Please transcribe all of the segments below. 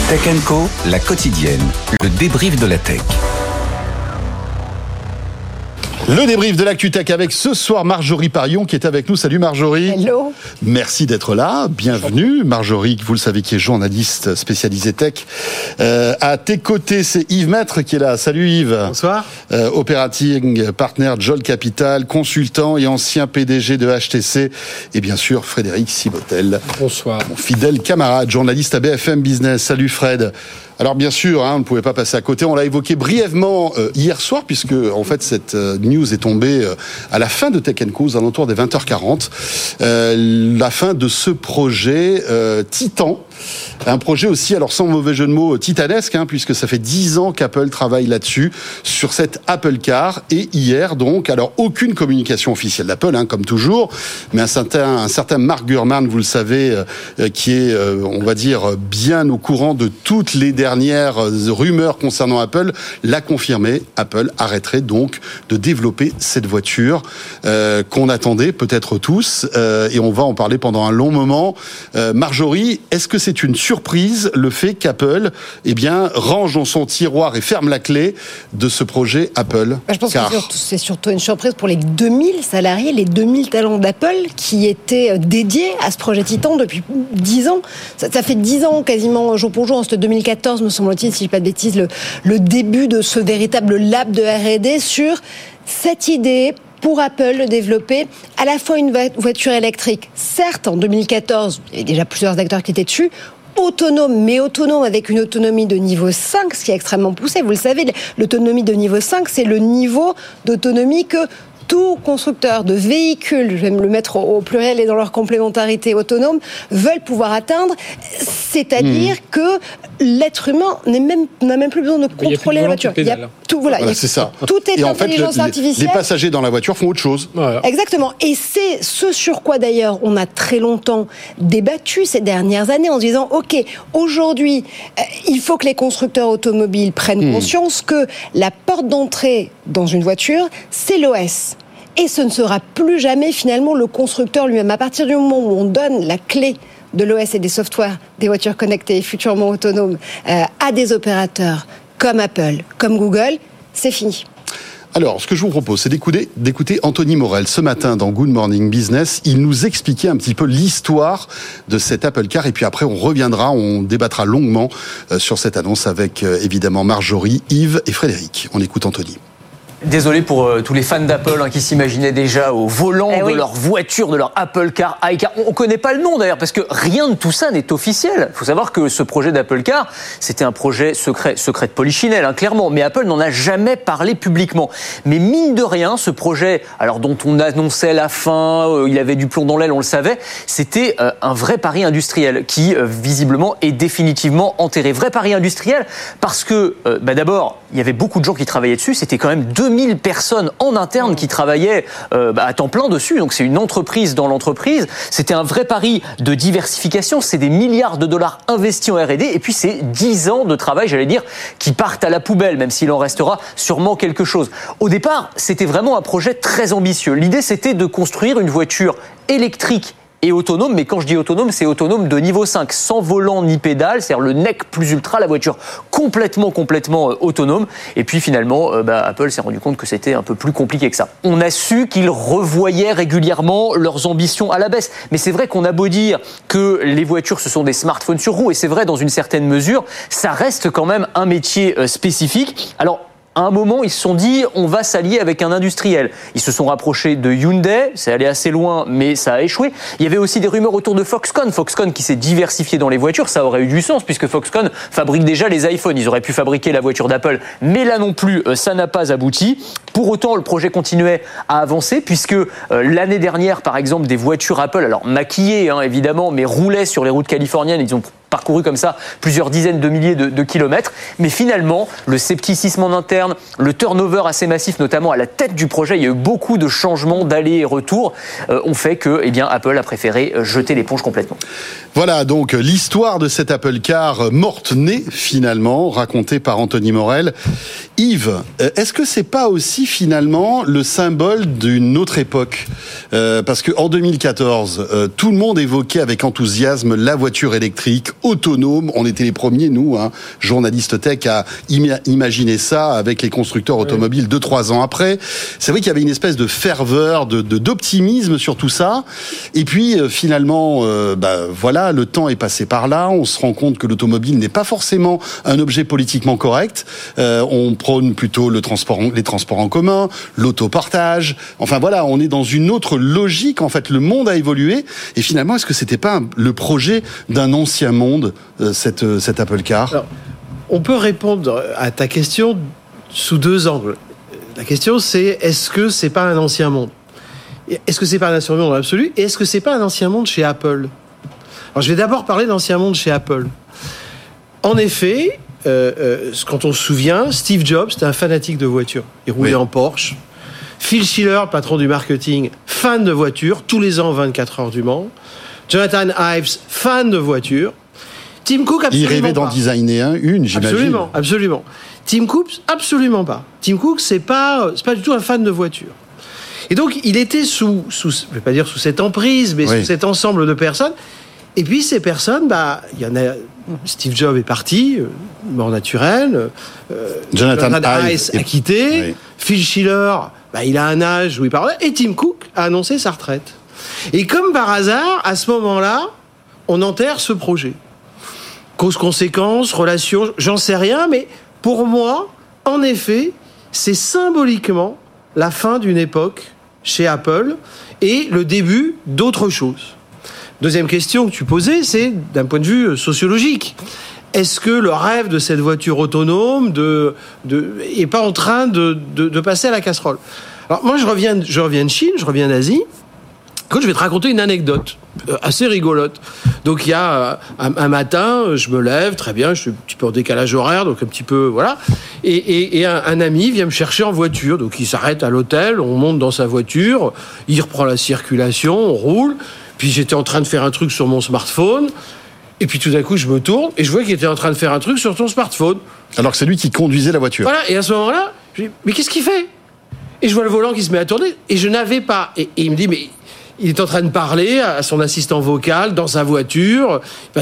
Tech & Co, la quotidienne, le débrief de la tech. Le débrief de l'actu tech avec ce soir Marjorie Parion qui est avec nous. Salut Marjorie. Hello. Merci d'être là. Bienvenue Marjorie, vous le savez, qui est journaliste spécialisée tech. À tes côtés, c'est Yves Maître qui est là. Salut Yves. Bonsoir. Operating partner Jolt Capital, consultant et ancien PDG de HTC. Et bien sûr Frédéric Sibotel. Bonsoir. Mon fidèle camarade, journaliste à BFM Business. Salut Fred. Alors bien sûr, on ne pouvait pas passer à côté. On l'a évoqué brièvement hier soir, puisque en fait cette news est tombée à la fin de Tech & Co, aux alentours des 20h40. La fin de ce projet Titan. Un projet aussi, alors sans mauvais jeu de mots, titanesque, puisque ça fait 10 ans qu'Apple travaille là-dessus, sur cette Apple Car. Et hier, donc, alors aucune communication officielle d'Apple, comme toujours, mais un certain Mark Gurman, vous le savez, qui est, on va dire, bien au courant de toutes les dernières rumeurs concernant Apple, l'a confirmé. Apple arrêterait donc de développer cette voiture qu'on attendait peut-être tous, et on va en parler pendant un long moment. Marjorie, est-ce que c'est une surprise le fait qu'Apple range dans son tiroir et ferme la clé de ce projet Apple? Je pense que c'est surtout une surprise pour les 2000 salariés, les 2000 talents d'Apple qui étaient dédiés à ce projet Titan depuis 10 ans. Ça fait 10 ans quasiment jour pour jour. C'était 2014 me semble-t-il, si je ne dis pas de bêtises, le début de ce véritable lab de R&D sur cette idée pour Apple de développer à la fois une voiture électrique. Certes, en 2014, il y avait déjà plusieurs acteurs qui étaient dessus, autonome, mais autonome avec une autonomie de niveau 5, ce qui est extrêmement poussé. Vous le savez, l'autonomie de niveau 5, c'est le niveau d'autonomie que tout constructeur de véhicules, je vais me le mettre au pluriel et dans leur complémentarité autonome, veulent pouvoir atteindre, c'est-à-dire que l'être humain n'a même plus besoin de contrôler la voiture. C'est ça. Tout est et intelligence en fait, artificielle. Les passagers dans la voiture font autre chose. Voilà. Exactement. Et c'est ce sur quoi d'ailleurs on a très longtemps débattu ces dernières années en se disant ok, aujourd'hui, il faut que les constructeurs automobiles prennent conscience que la porte d'entrée dans une voiture, c'est l'OS. Et ce ne sera plus jamais finalement le constructeur lui-même. À partir du moment où on donne la clé de l'OS et des softwares des voitures connectées futurement autonomes à des opérateurs comme Apple, comme Google, c'est fini. Alors, ce que je vous propose, c'est d'écouter Anthony Morel. Ce matin, dans Good Morning Business, il nous expliquait un petit peu l'histoire de cette Apple Car. Et puis après, on reviendra, on débattra longuement sur cette annonce avec, évidemment, Marjorie, Yves et Frédéric. On écoute Anthony. Désolé pour tous les fans d'Apple qui s'imaginaient déjà au volant de leur voiture, de leur Apple Car, iCar. On ne connaît pas le nom d'ailleurs parce que rien de tout ça n'est officiel. Il faut savoir que ce projet d'Apple Car, c'était un projet secret de polichinelle, clairement. Mais Apple n'en a jamais parlé publiquement. Mais mine de rien, ce projet, alors dont on annonçait la fin, il avait du plomb dans l'aile, on le savait, c'était un vrai pari industriel qui visiblement est définitivement enterré. Vrai pari industriel parce que d'abord, il y avait beaucoup de gens qui travaillaient dessus. C'était quand même 2000 personnes en interne qui travaillaient à temps plein dessus. Donc c'est une entreprise dans l'entreprise. C'était un vrai pari de diversification. C'est des milliards de dollars investis en R&D. Et puis c'est 10 ans de travail, j'allais dire, qui partent à la poubelle, même s'il en restera sûrement quelque chose. Au départ, c'était vraiment un projet très ambitieux. L'idée, c'était de construire une voiture électrique et autonome, mais quand je dis autonome, c'est autonome de niveau 5, sans volant ni pédale, c'est-à-dire le NEC plus ultra, la voiture complètement autonome. Et puis finalement, Apple s'est rendu compte que c'était un peu plus compliqué que ça. On a su qu'ils revoyaient régulièrement leurs ambitions à la baisse. Mais c'est vrai qu'on a beau dire que les voitures, ce sont des smartphones sur roues, et c'est vrai dans une certaine mesure, ça reste quand même un métier spécifique. Alors, à un moment, ils se sont dit, on va s'allier avec un industriel. Ils se sont rapprochés de Hyundai, c'est allé assez loin, mais ça a échoué. Il y avait aussi des rumeurs autour de Foxconn. Foxconn qui s'est diversifié dans les voitures, ça aurait eu du sens, puisque Foxconn fabrique déjà les iPhones. Ils auraient pu fabriquer la voiture d'Apple, mais là non plus, ça n'a pas abouti. Pour autant, le projet continuait à avancer, puisque l'année dernière, par exemple, des voitures Apple, alors maquillées évidemment, mais roulaient sur les routes californiennes, ils ont parcouru comme ça plusieurs dizaines de milliers de kilomètres. Mais finalement, le scepticisme en interne, le turnover assez massif, notamment à la tête du projet, il y a eu beaucoup de changements d'aller et retour, ont fait que Apple a préféré jeter l'éponge complètement. Voilà donc l'histoire de cette Apple Car morte-née finalement, racontée par Anthony Morel. Yves, est-ce que c'est pas aussi finalement le symbole d'une autre époque ? Parce qu'en 2014, tout le monde évoquait avec enthousiasme la voiture électrique, autonome. On était les premiers, nous, journalistes tech, à imaginer ça avec les constructeurs automobiles 2-3 ans après. C'est vrai qu'il y avait une espèce de ferveur, d'optimisme sur tout ça. Et puis, finalement, voilà, le temps est passé par là. On se rend compte que l'automobile n'est pas forcément un objet politiquement correct. On prône plutôt les transports en commun, l'autopartage. Enfin voilà, on est dans une autre logique. En fait, le monde a évolué. Et finalement, est-ce que c'était pas le projet d'un ancien monde, cet Apple Car ? Alors, on peut répondre à ta question sous 2 angles. La question, c'est est-ce que c'est pas un ancien monde ? Est-ce que c'est pas un ancien monde dans l'absolu ? Et est-ce que c'est pas un ancien monde chez Apple ? Alors, je vais d'abord parler d'ancien monde chez Apple. En effet, quand on se souvient, Steve Jobs, c'était un fanatique de voitures. Il roulait en Porsche. Phil Schiller, patron du marketing, fan de voitures, tous les ans 24 heures du Mans. Jonathan Ives, fan de voitures. Tim Cook, absolument pas. Il rêvait d'en designer une, j'imagine. Absolument. Tim Cook, absolument pas. Tim Cook, c'est pas du tout un fan de voitures. Et donc, il était je vais pas dire sous cette emprise, mais sous cet ensemble de personnes. Et puis, ces personnes, il y en a. Steve Jobs est parti, mort naturelle. Jonathan Ives a quitté. Oui. Phil Schiller, il a un âge où il parlait. Et Tim Cook a annoncé sa retraite. Et comme par hasard, à ce moment-là, on enterre ce projet. Cause-conséquence, relation, j'en sais rien, mais pour moi, en effet, c'est symboliquement la fin d'une époque chez Apple et le début d'autre chose. Deuxième question que tu posais, c'est d'un point de vue sociologique. Est-ce que le rêve de cette voiture autonome est pas en train de passer à la casserole ? Alors moi, je reviens de Chine, je reviens d'Asie. Écoute, je vais te raconter une anecdote assez rigolote. Donc il y a un matin, je me lève, très bien, je suis un petit peu en décalage horaire, donc un petit peu, voilà. Et un ami vient me chercher en voiture. Donc il s'arrête à l'hôtel, on monte dans sa voiture, il reprend la circulation, on roule. Puis j'étais en train de faire un truc sur mon smartphone. Et puis tout d'un coup, je me tourne et je vois qu'il était en train de faire un truc sur ton smartphone. Alors que c'est lui qui conduisait la voiture. Voilà, et à ce moment-là, je dis, mais qu'est-ce qu'il fait ? Et je vois le volant qui se met à tourner. Et je n'avais pas... Et il me dit, mais il est en train de parler à son assistant vocal dans sa voiture.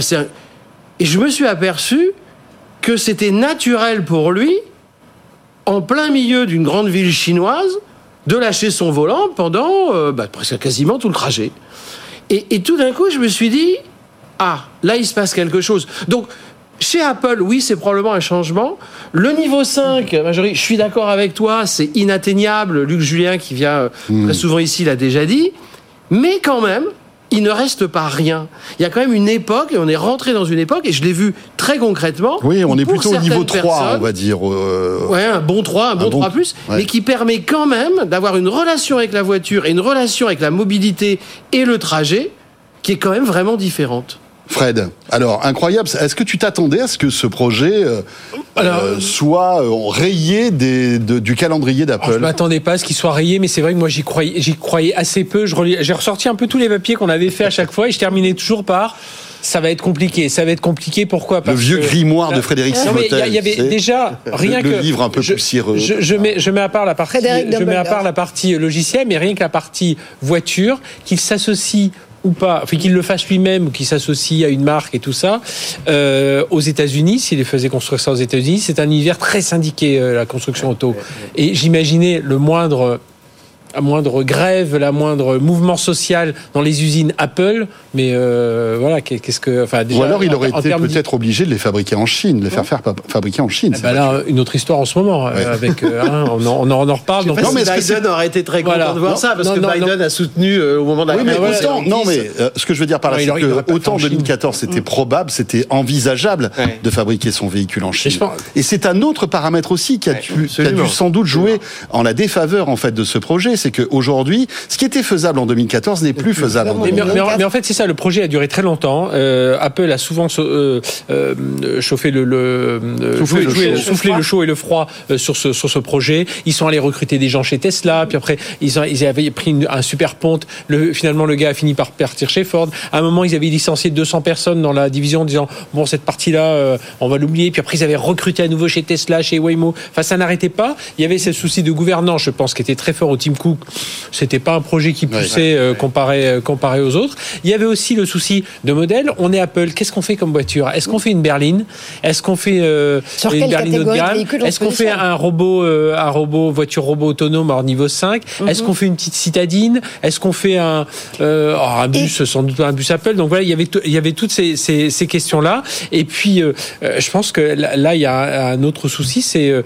Et je me suis aperçu que c'était naturel pour lui, en plein milieu d'une grande ville chinoise, de lâcher son volant pendant presque quasiment tout le trajet. Et tout d'un coup, je me suis dit, là, il se passe quelque chose. Donc, chez Apple, oui, c'est probablement un changement. Le niveau 5, Marjorie, je suis d'accord avec toi, c'est inatteignable. Luc Julien, qui vient très souvent ici, l'a déjà dit. Mais quand même, il ne reste pas rien. Il y a quand même une époque, et on est rentré dans une époque, et je l'ai vu très concrètement. Oui, on est plutôt au niveau 3, on va dire. Un bon 3, un bon 3+, mais qui permet quand même d'avoir une relation avec la voiture et une relation avec la mobilité et le trajet qui est quand même vraiment différente. Fred, alors incroyable, est-ce que tu t'attendais à ce que ce projet soit rayé du calendrier d'Apple ? Je m'attendais pas à ce qu'il soit rayé, mais c'est vrai que moi j'y croyais assez peu. J'ai ressorti un peu tous les papiers qu'on avait fait à chaque fois et je terminais toujours par ça va être compliqué. Ça va être compliqué. Pourquoi ? Parce le vieux grimoire de Frédéric Simotel. Il y avait déjà rien que le livre un peu poussiéreux. Je mets à part la partie logicielle, mais rien que la partie voiture, qu'il s'associe ou pas, enfin qu'il le fasse lui-même ou qu'il s'associe à une marque et tout ça, aux États-Unis, s'il les faisait construire ça aux États-Unis, c'est un univers très syndiqué, la construction auto. Et j'imaginais la moindre grève, la moindre mouvement social dans les usines Apple, mais voilà, qu'est-ce que... Enfin, déjà, ou alors il aurait été peut-être obligé de les fabriquer en Chine, de les faire fabriquer en Chine. Là, une autre histoire en ce moment, avec, on en reparle. Donc, Biden aurait été très content de voir ça, parce que Biden a soutenu au moment de la ce que je veux dire par là, c'est que autant en 2014 c'était probable, c'était envisageable de fabriquer son véhicule en Chine. Et c'est un autre paramètre aussi qui a dû sans doute jouer en la défaveur en fait de ce projet. C'est qu'aujourd'hui, ce qui était faisable en 2014 n'est plus faisable en 2014. Mais en fait, c'est ça, le projet a duré très longtemps. Apple a souvent chauffé soufflé le chaud et le froid sur ce projet. Ils sont allés recruter des gens chez Tesla, puis après, ils avaient pris un super ponte. Finalement, le gars a fini par partir chez Ford. À un moment, ils avaient licencié 200 personnes dans la division en disant, bon, cette partie-là, on va l'oublier. Puis après, ils avaient recruté à nouveau chez Tesla, chez Waymo. Enfin, ça n'arrêtait pas. Il y avait ce souci de gouvernance, je pense, qui était très fort au Tim Cook Cook, c'était pas un projet qui poussait comparé aux autres. Il y avait aussi le souci de modèle. On est Apple, qu'est-ce qu'on fait comme voiture? Est-ce qu'on fait une berline? Est-ce qu'on fait une berline haut de gamme? Est-ce qu'on fait un voiture robot autonome hors niveau 5? Est-ce qu'on fait une petite citadine? Est-ce qu'on fait un bus, sans doute un bus Apple? Donc voilà, il y avait toutes ces questions-là. Et puis, je pense que là, il y a un autre souci, c'est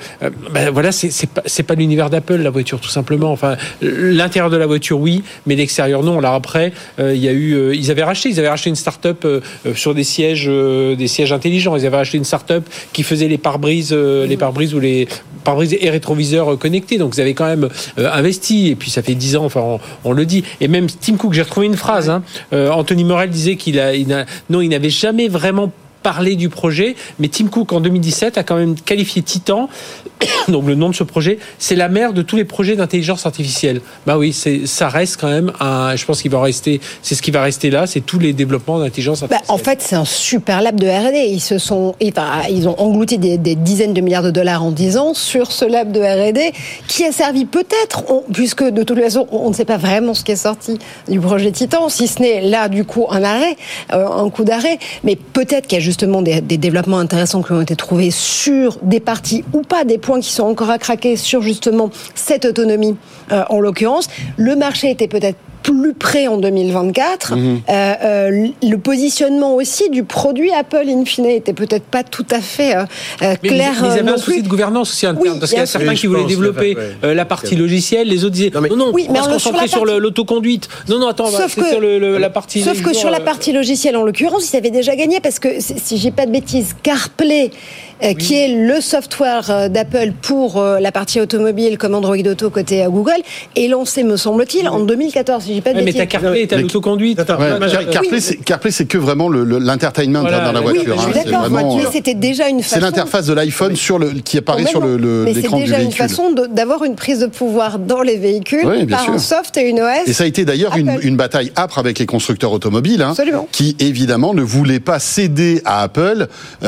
pas l'univers d'Apple, la voiture, tout simplement. Enfin, l'intérieur de la voiture, oui, mais l'extérieur, non. Alors après, ils avaient racheté une start-up sur des sièges intelligents. Ils avaient racheté une start-up qui faisait les pare-brises ou les pare-brises et rétroviseurs connectés. Donc, ils avaient quand même investi. Et puis, ça fait 10 ans, enfin, on le dit. Et même Tim Cook, j'ai retrouvé une phrase. Anthony Morel disait qu'il n'avait jamais vraiment parler du projet, mais Tim Cook en 2017 a quand même qualifié Titan, donc le nom de ce projet, c'est la mère de tous les projets d'intelligence artificielle. Bah oui, ça reste quand même je pense qu'il va rester, c'est ce qui va rester là, c'est tous les développements d'intelligence artificielle. En fait, c'est un super lab de R&D. Ils ont englouti des dizaines de milliards de dollars en 10 ans sur ce lab de R&D qui a servi peut-être, puisque de toute façon, on ne sait pas vraiment ce qui est sorti du projet Titan, si ce n'est là, du coup, un coup d'arrêt, mais peut-être qu'il y a justement des développements intéressants qui ont été trouvés sur des parties ou pas, des points qui sont encore à craquer sur justement cette autonomie en l'occurrence. Le marché était peut-être plus près en 2024. Le positionnement aussi du produit Apple in fine était peut-être pas tout à fait clair. Mais ils avaient un souci de gouvernance aussi interne, parce qu'il y a certains qui voulaient développer la partie logicielle, les autres disaient non, on va se concentrer sur l'autoconduite. Non, attends, c'est sur la partie. Sauf que sur la partie logicielle, en l'occurrence, ils avaient déjà gagné, parce que si j'ai pas de bêtises, CarPlay, qui est le software d'Apple pour la partie automobile comme Android Auto côté Google, est lancé, me semble-t-il, en 2014, si j'ai pas de bêtises. Mais t'as CarPlay et t'as l'autoconduite. CarPlay, c'est que vraiment l'entertainment dans la voiture. Je suis d'accord, mais c'était déjà une façon... C'est l'interface de l'iPhone qui apparaît sur l'écran du véhicule. Mais c'est déjà une façon d'avoir une prise de pouvoir dans les véhicules par un soft et une OS. Et ça a été d'ailleurs une bataille âpre avec les constructeurs automobiles, qui évidemment ne voulaient pas céder à Apple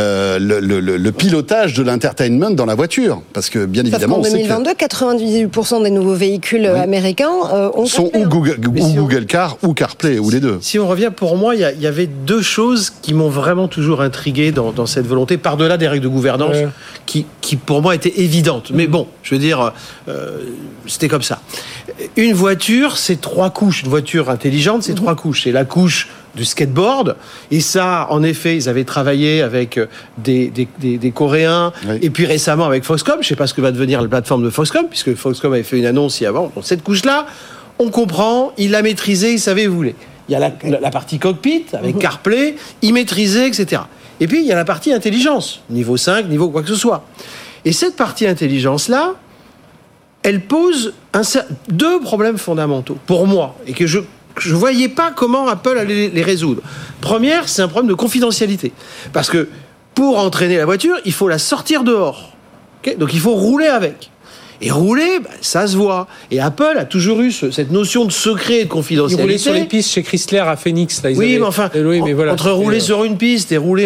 le pilotage de l'entertainment dans la voiture, parce que bien évidemment, en 2022, 98% des nouveaux véhicules américains sont ou Google Car ou CarPlay, ou les deux. Si on revient, pour moi, il y avait deux choses qui m'ont vraiment toujours intrigué dans cette volonté, par-delà des règles de gouvernance, qui pour moi étaient évidentes. Mais bon, je veux dire, c'était comme ça. Une voiture, c'est 3 couches. Une voiture intelligente, c'est 3 couches. C'est la couche du skateboard, et ça, en effet, ils avaient travaillé avec des Coréens, et puis récemment avec Foxconn. Je ne sais pas ce que va devenir la plateforme de Foxconn, puisque Foxconn avait fait une annonce ici avant. Donc cette couche-là, on comprend, il l'a maîtrisée, il savait où voulait. Il y a la partie cockpit, avec CarPlay, il maîtrisait, etc. Et puis, il y a la partie intelligence, niveau 5, niveau quoi que ce soit. Et cette partie intelligence-là, elle pose 2 problèmes fondamentaux, pour moi, et que je voyais pas comment Apple allait les résoudre. Première, c'est un problème de confidentialité. Parce que pour entraîner la voiture, il faut la sortir dehors. Okay ? Donc il faut rouler avec. Et rouler, ça se voit. Et Apple a toujours eu cette notion de secret et de confidentialité. Ils roulaient sur les pistes chez Chrysler à Phoenix. Là, mais enfin, entre rouler sur une piste et rouler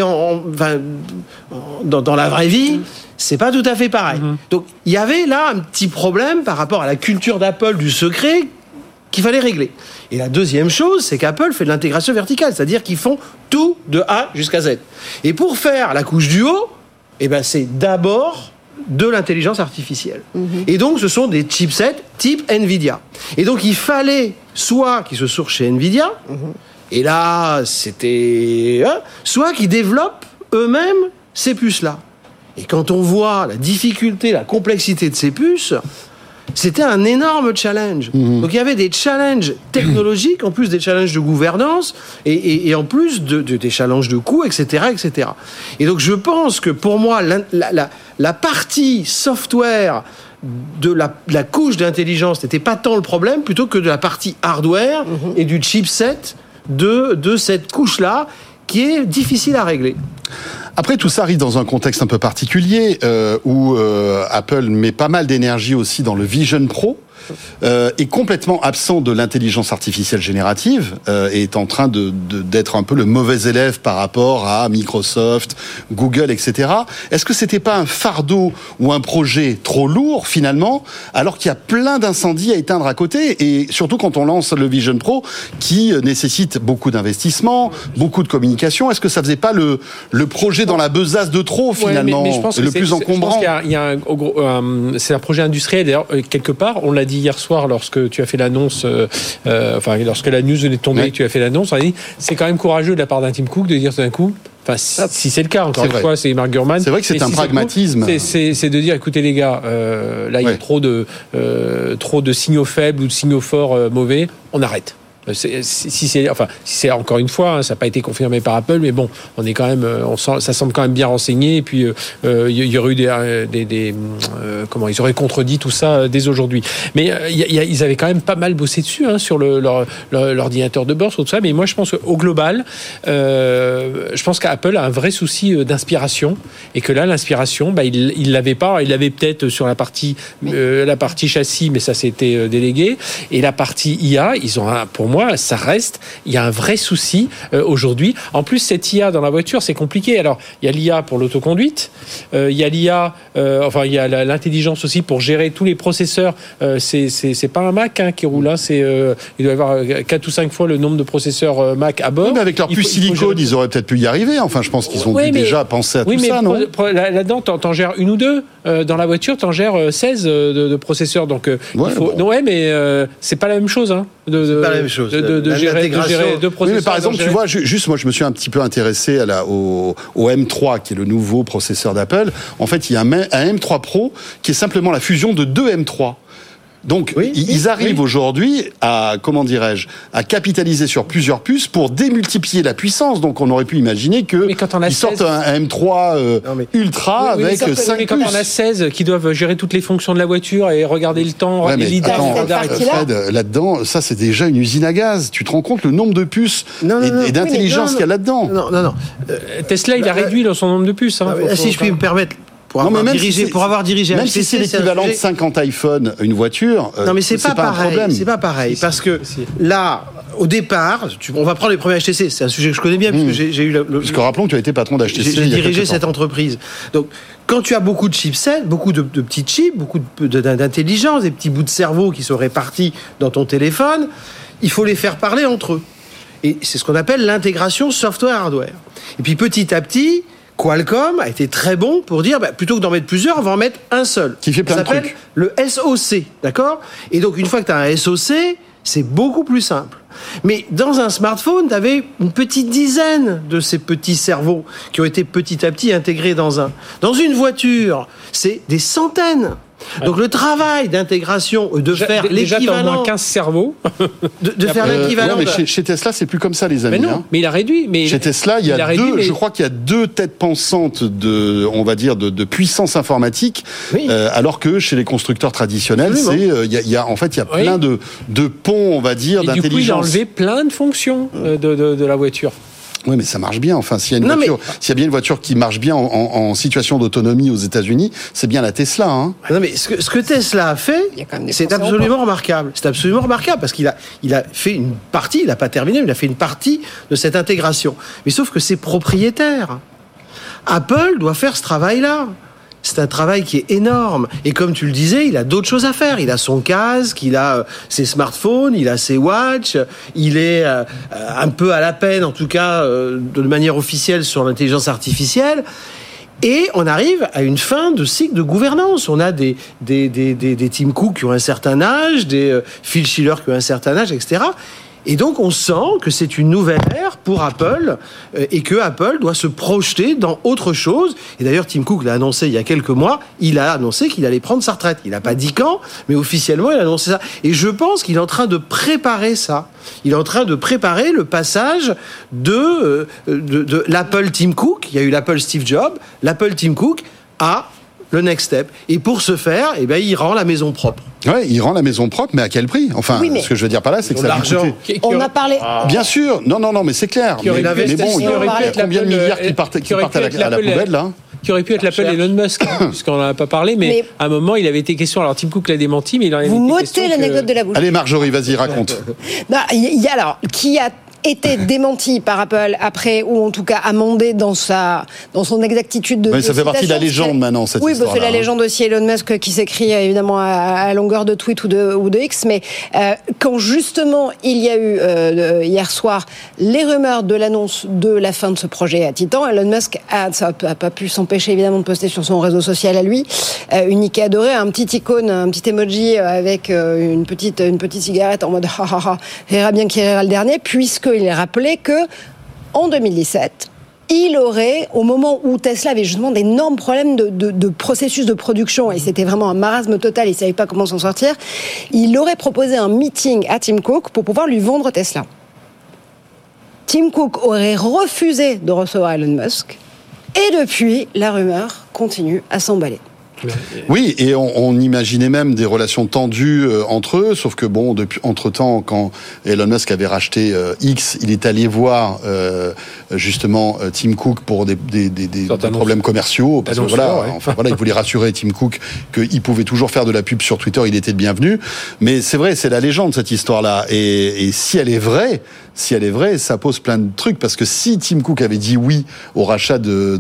dans la vraie vie, c'est pas tout à fait pareil. Donc il y avait là un petit problème par rapport à la culture d'Apple du secret qu'il fallait régler. Et la deuxième chose, c'est qu'Apple fait de l'intégration verticale, c'est-à-dire qu'ils font tout de A jusqu'à Z. Et pour faire la couche du haut, c'est d'abord de l'intelligence artificielle. Et donc, ce sont des chipsets type NVIDIA. Et donc, il fallait soit qu'ils se sourcent chez NVIDIA, et là, c'était... soit qu'ils développent eux-mêmes ces puces-là. Et quand on voit la difficulté, la complexité de ces puces... C'était un énorme challenge. Donc il y avait des challenges technologiques, en plus des challenges de gouvernance, et en plus des challenges de coûts, etc., etc. Et donc je pense que pour moi, la partie software de la couche d'intelligence n'était pas tant le problème, plutôt que de la partie hardware et du chipset de cette couche-là, qui est difficile à régler. Après, tout ça arrive dans un contexte un peu particulier où Apple met pas mal d'énergie aussi dans le Vision Pro. est complètement absent de l'intelligence artificielle générative et est en train d'être un peu le mauvais élève par rapport à Microsoft, Google, etc. Est-ce que c'était pas un fardeau ou un projet trop lourd finalement, alors qu'il y a plein d'incendies à éteindre à côté, et surtout quand on lance le Vision Pro qui nécessite beaucoup d'investissement, beaucoup de communication. Est-ce que ça faisait pas le projet dans la besace de trop finalement, mais je pense le plus encombrant? Je pense qu'il y a c'est un projet industriel. D'ailleurs, quelque part, on l'a dit hier soir lorsque tu as fait l'annonce, lorsque la news venait de tomber, et que tu as fait l'annonce, on a dit c'est quand même courageux de la part d'un Tim Cook de dire tout d'un coup. Enfin, si c'est le cas, encore une fois, c'est Mark Gurman. C'est vrai que c'est un pragmatisme. C'est de dire, écoutez les gars, là il y a trop de signaux faibles ou de signaux forts mauvais, on arrête. Si c'est encore une fois, ça n'a pas été confirmé par Apple, mais bon, on est quand même, ça semble quand même bien renseigné. Et puis il y aurait eu ils auraient contredit tout ça dès aujourd'hui. Mais ils avaient quand même pas mal bossé dessus sur l'ordinateur de bord, sur tout ça. Mais moi, je pense qu'au global, je pense qu'Apple a un vrai souci d'inspiration, et que là, l'inspiration, il l'avait pas. Il l'avait peut-être sur la partie châssis, mais ça s'était délégué. Et la partie IA, ils ont pour moi, ça reste, il y a un vrai souci aujourd'hui. En plus, cette IA dans la voiture, c'est compliqué. Alors, il y a l'IA pour l'autoconduite, il y a l'IA, il y a l'intelligence aussi pour gérer tous les processeurs. C'est pas un Mac qui roule là, il doit y avoir 4 ou 5 fois le nombre de processeurs Mac à bord. Oui, mais avec leur puce silicone, ils auraient peut-être pu y arriver. Enfin, je pense qu'ils ont dû déjà penser à tout ça, non? Là-dedans, t'en gères une ou deux. Dans la voiture, t'en gères 16 de processeurs. Donc, mais c'est pas la même chose. C'est pas la même chose. De gérer deux processeurs. Oui, mais par exemple, tu vois, juste moi, je me suis un petit peu intéressé au M3, qui est le nouveau processeur d'Apple. En fait, il y a un M3 Pro qui est simplement la fusion de deux M3. Donc, ils arrivent aujourd'hui à capitaliser sur plusieurs puces pour démultiplier la puissance. Donc, on aurait pu imaginer qu'ils sortent un M3 Ultra avec 5 puces. Mais quand on a 16 qui doivent gérer toutes les fonctions de la voiture et regarder le temps, Fred, là-dedans, ça, c'est déjà une usine à gaz. Tu te rends compte le nombre de puces et d'intelligence qu'il y a là-dedans? Non. Tesla, il a réduit son nombre de puces. Si je puis me permettre. Pour avoir dirigé même si c'est l'équivalent de 50 iPhone une voiture, non mais c'est pas pareil. C'est pas pareil parce que là, au départ, on va prendre les premiers HTC. C'est un sujet que je connais bien puisque j'ai eu parce que rappelons que tu as été patron d'HTC. J'ai dirigé cette entreprise. Donc quand tu as beaucoup de chipsets, beaucoup de petits chips, beaucoup d'intelligence, des petits bouts de cerveau qui sont répartis dans ton téléphone, il faut les faire parler entre eux. Et c'est ce qu'on appelle l'intégration software-hardware. Et puis petit à petit, Qualcomm a été très bon pour dire, plutôt que d'en mettre plusieurs, on va en mettre un seul. Qui fait plein de trucs. Ça s'appelle le SoC, d'accord ? Et donc, une fois que tu as un SoC, c'est beaucoup plus simple. Mais dans un smartphone, tu avais une petite dizaine de ces petits cerveaux qui ont été petit à petit intégrés dans un. Dans une voiture, c'est des centaines. Donc le travail d'intégration, de faire l'équivalent... Déjà, t'as au moins 15 cerveaux. De faire l'équivalent... mais chez Tesla, c'est plus comme ça, les amis. Mais non, mais il a réduit. Chez Tesla, je crois qu'il y a 2 têtes pensantes de puissance informatique, alors que chez les constructeurs traditionnels, il y a plein de ponts, on va dire, et d'intelligence. Du coup, il a enlevé plein de fonctions de la voiture. Oui, mais ça marche bien. Enfin, s'il y a bien une voiture qui marche bien en situation d'autonomie aux États-Unis, c'est bien la Tesla. Non, mais ce que Tesla a fait, c'est absolument remarquable. C'est absolument remarquable parce qu'il a fait une partie, il n'a pas terminé, mais il a fait une partie de cette intégration. Mais sauf que c'est propriétaire. Apple doit faire ce travail-là. C'est un travail qui est énorme. Et comme tu le disais, il a d'autres choses à faire. Il a son casque, il a ses smartphones, il a ses watches, il est un peu à la peine, en tout cas, de manière officielle sur l'intelligence artificielle. Et on arrive à une fin de cycle de gouvernance. On a des Tim Cook qui ont un certain âge, des Phil Schiller qui ont un certain âge, etc. Et donc, on sent que c'est une nouvelle ère pour Apple et que Apple doit se projeter dans autre chose. Et d'ailleurs, Tim Cook l'a annoncé il y a quelques mois. Il a annoncé qu'il allait prendre sa retraite. Il n'a pas dit quand, mais officiellement, il a annoncé ça. Et je pense qu'il est en train de préparer ça. Il est en train de préparer le passage de l'Apple Tim Cook. Il y a eu l'Apple Steve Jobs, l'Apple Tim Cook à le next step. Et pour ce faire, il rend la maison propre. Ouais, il rend la maison propre, mais à quel prix ? Enfin, ce que je veux dire par là, c'est que ça va coûter. On a parlé. Bien sûr, non, mais c'est clair. Mais bon, il y aurait combien de milliards qui partent à la poubelle là ? qui aurait pu être l'appel Elon Musk, puisqu'on n'en a pas parlé, mais à un moment, il avait été question. Alors, Tim Cook l'a démenti, mais il en avait été question. Vous m'ôtez l'anecdote de la bouche. Allez, Marjorie, vas-y, raconte. Qui a été démenti par Apple après, ou en tout cas amendé dans son exactitude de. Oui, ça fait partie de la légende maintenant, cette histoire-là. Oui, c'est la légende aussi Elon Musk qui s'écrit évidemment à longueur de tweet ou de X, mais quand justement il y a eu hier soir les rumeurs de l'annonce de la fin de ce projet à Titan, Elon Musk ça n'a pas pu s'empêcher évidemment de poster sur son réseau social à lui, unique et adoré, un petit icône, un petit emoji avec une petite cigarette en mode rira bien qui rira le dernier, puisque il est rappelé que en 2017, il aurait, au moment où Tesla avait justement d'énormes problèmes de processus de production, et c'était vraiment un marasme total, il ne savait pas comment s'en sortir, il aurait proposé un meeting à Tim Cook pour pouvoir lui vendre Tesla. Tim Cook aurait refusé de recevoir Elon Musk, et depuis, la rumeur continue à s'emballer. Oui, et on imaginait même des relations tendues entre eux, sauf que bon, entre-temps, quand Elon Musk avait racheté X, il est allé voir justement Tim Cook pour des problèmes commerciaux, parce que il voulait rassurer Tim Cook qu'il pouvait toujours faire de la pub sur Twitter, il était le bienvenu. Mais c'est vrai, c'est la légende cette histoire-là, et si elle est vraie, ça pose plein de trucs, parce que si Tim Cook avait dit oui au rachat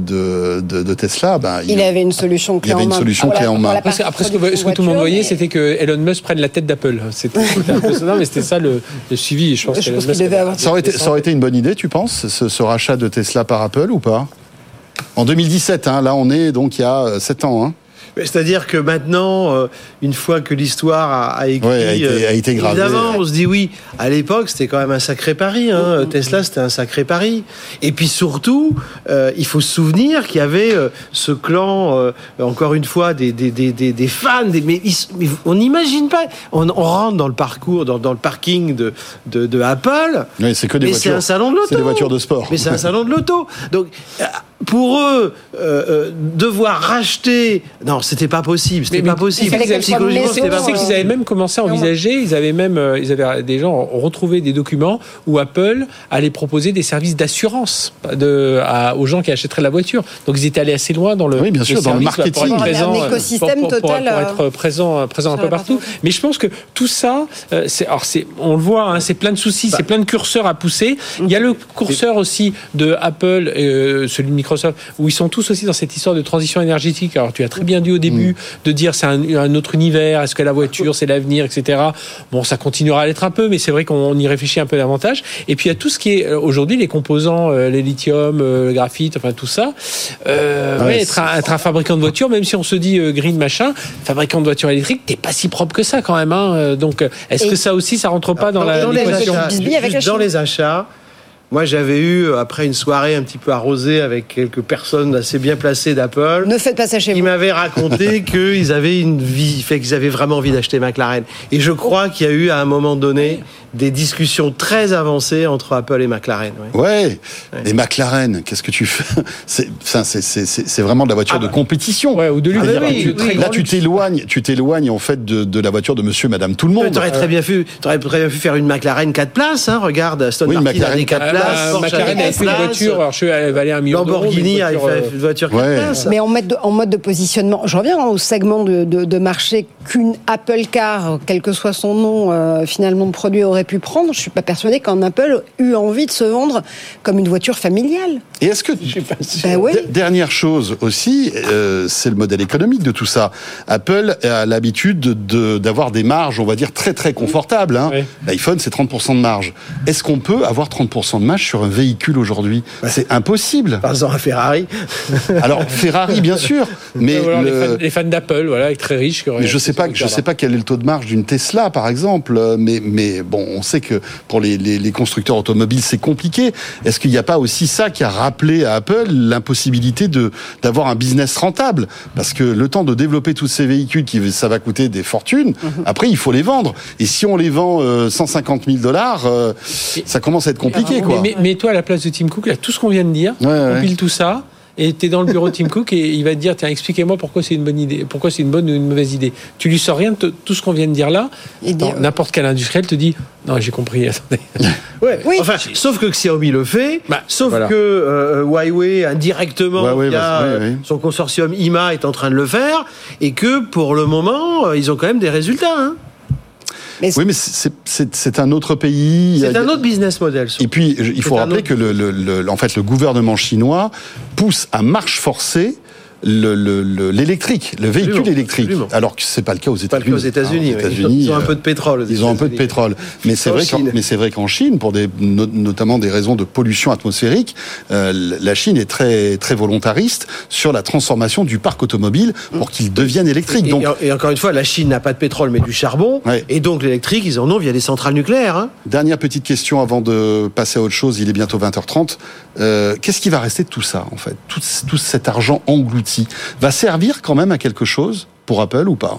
de Tesla, il avait une solution clé en main. Après, ce que tout le monde voyait, c'était que Elon Musk prenne la tête d'Apple. C'était impressionnant, mais c'était ça le suivi. Je pense ça aurait été une bonne idée, tu penses, ce rachat de Tesla par Apple ou pas ? En 2017, là on est donc il y a 7 ans. C'est-à-dire que maintenant, une fois que l'histoire a été gravée, évidemment, on se dit oui. À l'époque, c'était quand même un sacré pari. Tesla, c'était un sacré pari. Et puis surtout, il faut se souvenir qu'il y avait ce clan, encore une fois, des fans. Mais on n'imagine pas. On rentre dans le parcours, dans le parking de Apple. Oui, c'est que des voitures. C'est un salon de l'auto. C'est des voitures de sport. Mais c'est un salon de l'auto. Donc, pour eux, devoir racheter, non, c'était pas possible. Psychologiquement, c'était pas possible. Qu'ils avaient même commencé à envisager. Ils avaient des gens ont retrouvé des documents où Apple allait proposer des services d'assurance aux gens qui achèteraient la voiture. Donc ils étaient allés assez loin dans le marketing, un écosystème total pour être présent un peu partout. Mais je pense que tout ça, on le voit, c'est plein de soucis, c'est plein de curseurs à pousser. Il y a le curseur aussi de Apple, celui de Microsoft, où ils sont tous aussi dans cette histoire de transition énergétique. Alors tu as très bien dit au début de dire c'est un autre univers, est-ce que la voiture c'est l'avenir, etc. Bon, ça continuera à l'être un peu, mais c'est vrai qu'on y réfléchit un peu davantage. Et puis il y a tout ce qui est aujourd'hui les composants, les lithium, le graphite, enfin tout ça. Être un fabricant de voitures, même si on se dit green machin, fabricant de voitures électriques, t'es pas si propre que ça quand même. Donc est-ce que ça aussi ça rentre pas dans l'équation? Dans les achats. Moi, j'avais eu, après une soirée un petit peu arrosée avec quelques personnes assez bien placées d'Apple, ne faites pas ça chez vous, qui m'avaient raconté qu'ils avaient qu'ils avaient vraiment envie d'acheter McLaren. Et je crois qu'il y a eu, à un moment donné, des discussions très avancées entre Apple et McLaren. Et McLaren, qu'est-ce que tu fais ? C'est vraiment de la voiture de compétition. Ou de luxe. Là, tu t'éloignes en fait de la voiture de monsieur, madame, tout le monde. T'aurais très bien pu faire une McLaren 4 places, Regarde, Aston Martin a des 4 places. McLaren a fait une voiture, alors elle valait $1 million. Lamborghini a fait une voiture 4 places. Mais en mode de positionnement, je reviens au segment de marché qu'une Apple Car, quel que soit son nom, finalement de produit aurait pu prendre. Je suis pas persuadée qu'un Apple eut envie de se vendre comme une voiture familiale. Et est-ce que dernière chose aussi, c'est le modèle économique de tout ça. Apple a l'habitude d'avoir des marges, on va dire très très confortables. L'iPhone, c'est 30% de marge. Est-ce qu'on peut avoir 30% de marge sur un véhicule aujourd'hui ? C'est impossible. Par-en à Ferrari. Alors Ferrari, bien sûr, mais les fans d'Apple, très riches. Mais je sais pas quel est le taux de marge d'une Tesla, par exemple. Mais bon, on sait que pour les constructeurs automobiles, c'est compliqué. Est-ce qu'il n'y a pas aussi ça qui a rappelé à Apple l'impossibilité d'avoir un business rentable ? Parce que le temps de développer tous ces véhicules, ça va coûter des fortunes. Après, il faut les vendre. Et si on les vend $150 000, ça commence à être compliqué, quoi. Mais toi, à la place de Tim Cook, là, tout ce qu'on vient de dire, on pile tout ça. et tu es dans le bureau de Tim Cook et il va te dire tiens, expliquez-moi pourquoi c'est une bonne idée, pourquoi c'est une bonne ou une mauvaise idée. Tu lui sors rien de tout ce qu'on vient de dire là. N'importe quel industriel te dit non, j'ai compris, attendez. Ouais. Oui. Enfin, sauf que Xiaomi le fait, que Huawei indirectement son consortium IMA est en train de le faire et que pour le moment ils ont quand même des résultats. Hein. Mais c'est un autre pays. C'est un autre business model. Et puis, il faut rappeler que le gouvernement chinois pousse à marche forcée l'électrique, le véhicule électrique. Alors que c'est pas le cas aux États-Unis. Pas le cas aux États-Unis. Ils ont un peu de pétrole. Ils ont un peu de pétrole. Mais c'est vrai qu'en Chine, pour notamment des raisons de pollution atmosphérique, la Chine est très, très volontariste sur la transformation du parc automobile pour qu'il devienne électrique. Et encore une fois, la Chine n'a pas de pétrole mais du charbon. Ouais. Et donc l'électrique, ils en ont via des centrales nucléaires. Hein. Dernière petite question avant de passer à autre chose. Il est bientôt 20h30. Qu'est-ce qui va rester de tout ça, en fait? Tout cet argent englouti va servir quand même à quelque chose pour Apple ou pas?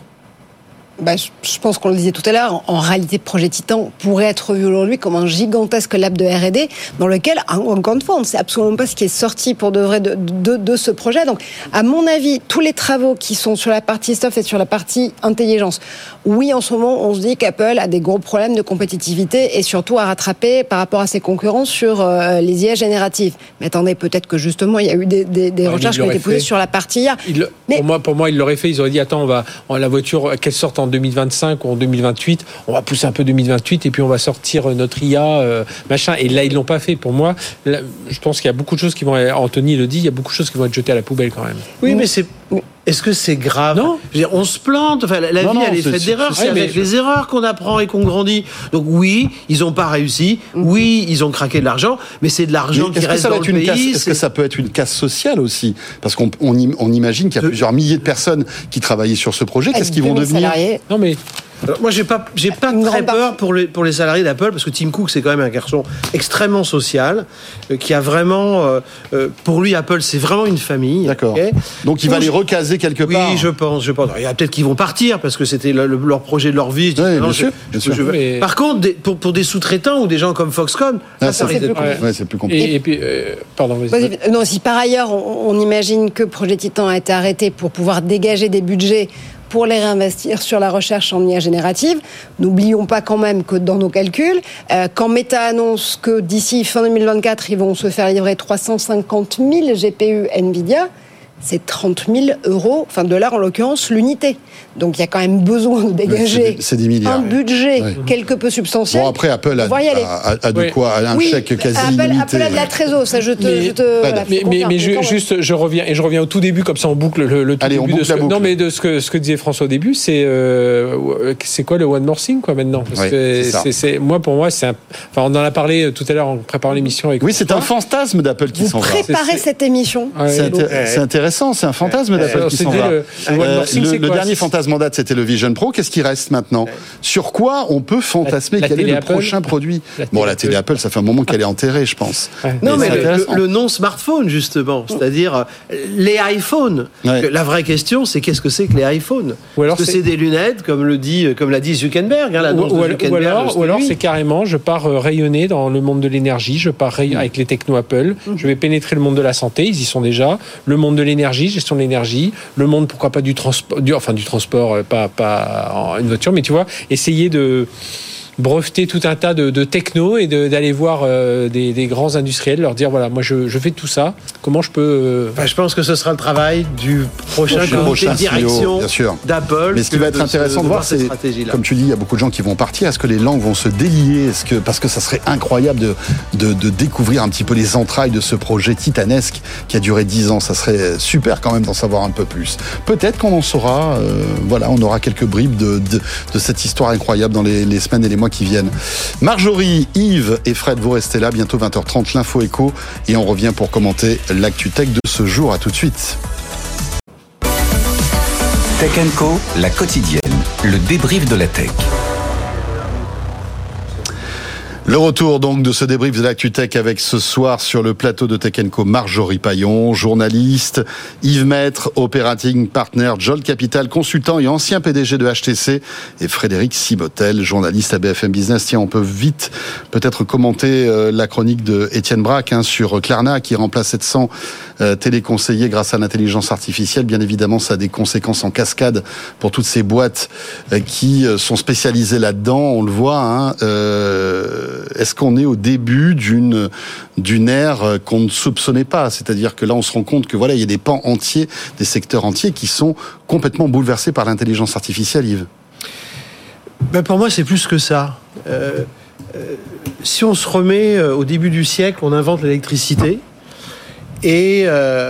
Je pense qu'on le disait tout à l'heure, en réalité, Projet Titan pourrait être vu aujourd'hui comme un gigantesque lab de R&D dans lequel, encore une fois, on ne sait absolument pas ce qui est sorti pour de vrai de ce projet. Donc, à mon avis, tous les travaux qui sont sur la partie soft et sur la partie intelligence, oui, en ce moment, on se dit qu'Apple a des gros problèmes de compétitivité et surtout à rattraper par rapport à ses concurrents sur les IA génératives. Mais attendez, peut-être que justement, il y a eu des recherches qui ont été posées sur la partie IA. Pour moi, ils l'auraient fait. Ils auraient dit, attends, la voiture, qu'elle sorte en 2025 ou en 2028, on va pousser un peu 2028 et puis on va sortir notre IA, machin. Et là, ils l'ont pas fait. Pour moi, là, je pense qu'il y a beaucoup de choses qui vont, Anthony le dit, il y a beaucoup de choses qui vont être jetées à la poubelle quand même. Oui, mais est-ce que c'est grave? Non. Je veux dire, on se plante. Enfin, la vie, elle est faite d'erreurs. C'est avec les erreurs qu'on apprend et qu'on grandit. Donc oui, ils n'ont pas réussi. Oui, ils ont craqué de l'argent. Mais c'est de l'argent qui reste dans le pays. Est-ce que ça peut être une casse sociale aussi? Parce qu'on imagine qu'il y a plusieurs milliers de personnes qui travaillaient sur ce projet. Qu'est-ce qu'ils vont devenir? Non mais... Alors, moi, j'ai pas très peur pour les salariés d'Apple parce que Tim Cook, c'est quand même un garçon extrêmement social qui a vraiment, pour lui, Apple, c'est vraiment une famille. D'accord. Okay. Donc, il va les recaser quelque part. Oui, je pense. Il y a peut-être qu'ils vont partir parce que c'était leur projet de leur vie. Oui, bien sûr. Mais... Par contre, pour des sous-traitants ou des gens comme Foxconn, ça risque d'être c'est plus compliqué. Et puis, pardon. Vas-y. Non, si par ailleurs, on imagine que Projet Titan a été arrêté pour pouvoir dégager des budgets pour les réinvestir sur la recherche en IA générative. N'oublions pas quand même que dans nos calculs, quand Meta annonce que d'ici fin 2024, ils vont se faire livrer 350 000 GPU NVIDIA, c'est 30 000 euros, enfin dollars en l'occurrence, l'unité. Donc il y a quand même besoin de dégager un budget quelque peu substantiel. Bon, après, Apple a de quoi, un chèque quasi illimité. Apple a de la trésor, ça je te... Mais je reviens au tout début, comme ça on boucle le tout début de ce que... Non, mais de ce que disait François au début, c'est quoi le one more thing, quoi, maintenant? Parce que pour moi, c'est un... Enfin, on en a parlé tout à l'heure en préparant l'émission avec... Oui, c'est un fantasme d'Apple qui s'en va. Vous préparez cette émission. C'est intéressant, c'est un fantasme d'Apple qui s'en va. Le dernier fantasme en date, c'était le Vision Pro. Qu'est-ce qui reste maintenant? Sur quoi on peut fantasmer quel est le prochain produit? La télé Apple, ça fait un moment qu'elle est enterrée, je pense. Non, mais le non-smartphone, justement, c'est-à-dire les iPhones. La vraie question, c'est qu'est-ce que c'est que les iPhones? Est-ce que c'est des lunettes, comme l'a dit Zuckerberg, ou alors c'est carrément, je pars rayonner dans le monde de l'énergie, je pars avec les techno Apple, je vais pénétrer le monde de la santé, ils y sont déjà, le monde de l'énergie, gestion de l'énergie, le monde, pourquoi pas, du transport, pas en une voiture, mais tu vois, essayer de breveter tout un tas de techno et d'aller voir des grands industriels, leur dire voilà, moi je fais tout ça, comment je peux... je pense que ce sera le travail du prochain comité de direction d'Apple. Mais ce qui va être intéressant de voir, c'est, comme tu dis, il y a beaucoup de gens qui vont partir. Est-ce que les langues vont se délier? Parce que ça serait incroyable de découvrir un petit peu les entrailles de ce projet titanesque qui a duré 10 ans. Ça serait super quand même d'en savoir un peu plus. Peut-être qu'on en saura, on aura quelques bribes de cette histoire incroyable dans les semaines et les mois qui viennent. Marjorie, Yves et Fred, vous restez là, bientôt 20h30, l'info écho, et on revient pour commenter l'actu tech de ce jour. À tout de suite. Tech & Co, la quotidienne, le débrief de la tech. Le retour donc de ce débrief de l'ActuTech avec ce soir sur le plateau de Tech & Co Marjorie Paillon, journaliste, Yves Maître, operating partner, Jolt Capital, consultant et ancien PDG de HTC, et Frédéric Simotel, journaliste à BFM Business. Tiens, on peut vite peut-être commenter la chronique de Étienne Braque sur Klarna qui remplace 700 téléconseillers grâce à l'intelligence artificielle. Bien évidemment, ça a des conséquences en cascade pour toutes ces boîtes qui sont spécialisées là-dedans. On le voit, est-ce qu'on est au début d'une ère qu'on ne soupçonnait pas? C'est-à-dire que là, on se rend compte que voilà, il y a des pans entiers, des secteurs entiers qui sont complètement bouleversés par l'intelligence artificielle, Yves. Pour moi, c'est plus que ça. Si on se remet au début du siècle, on invente l'électricité et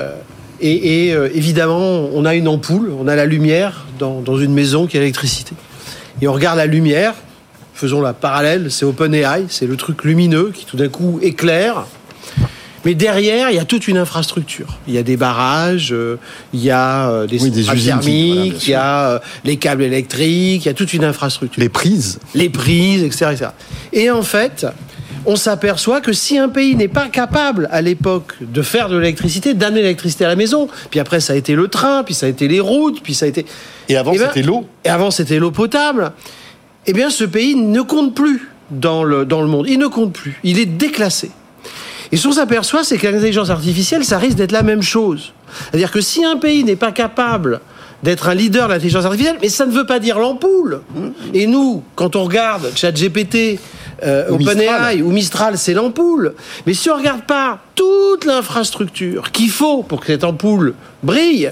évidemment, on a une ampoule, on a la lumière dans une maison qui a l'électricité. Et on regarde la lumière. Faisons la parallèle, c'est OpenAI, c'est le truc lumineux qui tout d'un coup éclaire. Mais derrière, il y a toute une infrastructure. Il y a des barrages, il y a des centrales thermiques, il y a les câbles électriques, il y a toute une infrastructure. Les prises, etc., etc. Et en fait, on s'aperçoit que si un pays n'est pas capable, à l'époque, de faire de l'électricité, d'amener l'électricité à la maison, puis après ça a été le train, puis ça a été les routes, puis ça a été... Et avant, c'était l'eau. Et avant, c'était l'eau potable. Eh bien, ce pays ne compte plus dans le monde. Il ne compte plus. Il est déclassé. Et ce qu'on s'aperçoit, c'est que l'intelligence artificielle, ça risque d'être la même chose. C'est-à-dire que si un pays n'est pas capable d'être un leader de l'intelligence artificielle, mais ça ne veut pas dire l'ampoule. Et nous, quand on regarde ChatGPT, OpenAI ou Mistral, c'est l'ampoule. Mais si on ne regarde pas toute l'infrastructure qu'il faut pour que cette ampoule brille,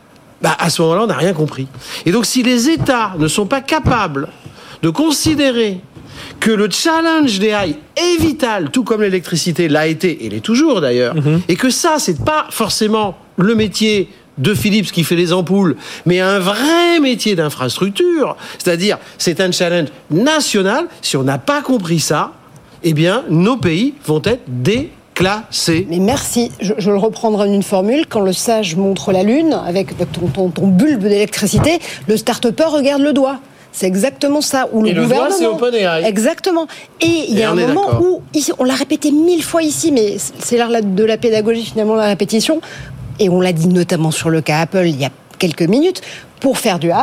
à ce moment-là, on n'a rien compris. Et donc, si les États ne sont pas capables de considérer que le challenge des AI est vital, tout comme l'électricité l'a été, et l'est toujours d'ailleurs, et que ça, c'est pas forcément le métier de Philips qui fait les ampoules, mais un vrai métier d'infrastructure, c'est-à-dire c'est un challenge national. Si on n'a pas compris ça, eh bien, nos pays vont être déclassés. Mais merci, je le reprendrai en une formule. Quand le sage montre la lune avec ton bulbe d'électricité, le start-upper regarde le doigt. C'est exactement ça. Où le gouvernement, doigt, c'est OpenAI. Exactement. Et il y a un moment où, ici, on l'a répété 1000 fois ici, mais c'est l'art de la pédagogie, finalement, la répétition. Et on l'a dit notamment sur le cas Apple il y a quelques minutes. Pour faire du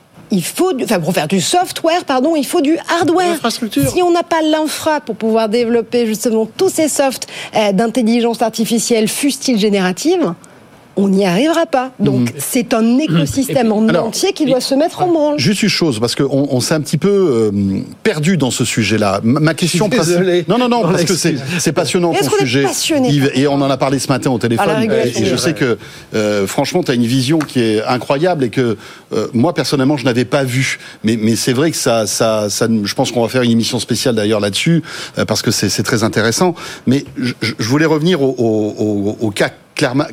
pour faire du software, il faut du hardware. Si on n'a pas l'infra pour pouvoir développer justement tous ces softs d'intelligence artificielle, fussent-ils génératives, on n'y arrivera pas. Donc, c'est un écosystème entier qui doit se mettre en branle. Juste une chose, parce qu'on s'est un petit peu perdu dans ce sujet-là. Ma question... Non, parce que c'est passionnant ton sujet, Yves, et on en a parlé ce matin au téléphone. Et je sais que, franchement, tu as une vision qui est incroyable et que moi, personnellement, je n'avais pas vue. Mais c'est vrai que ça, je pense qu'on va faire une émission spéciale d'ailleurs là-dessus, parce que c'est très intéressant. Mais je voulais revenir au cas Klarna,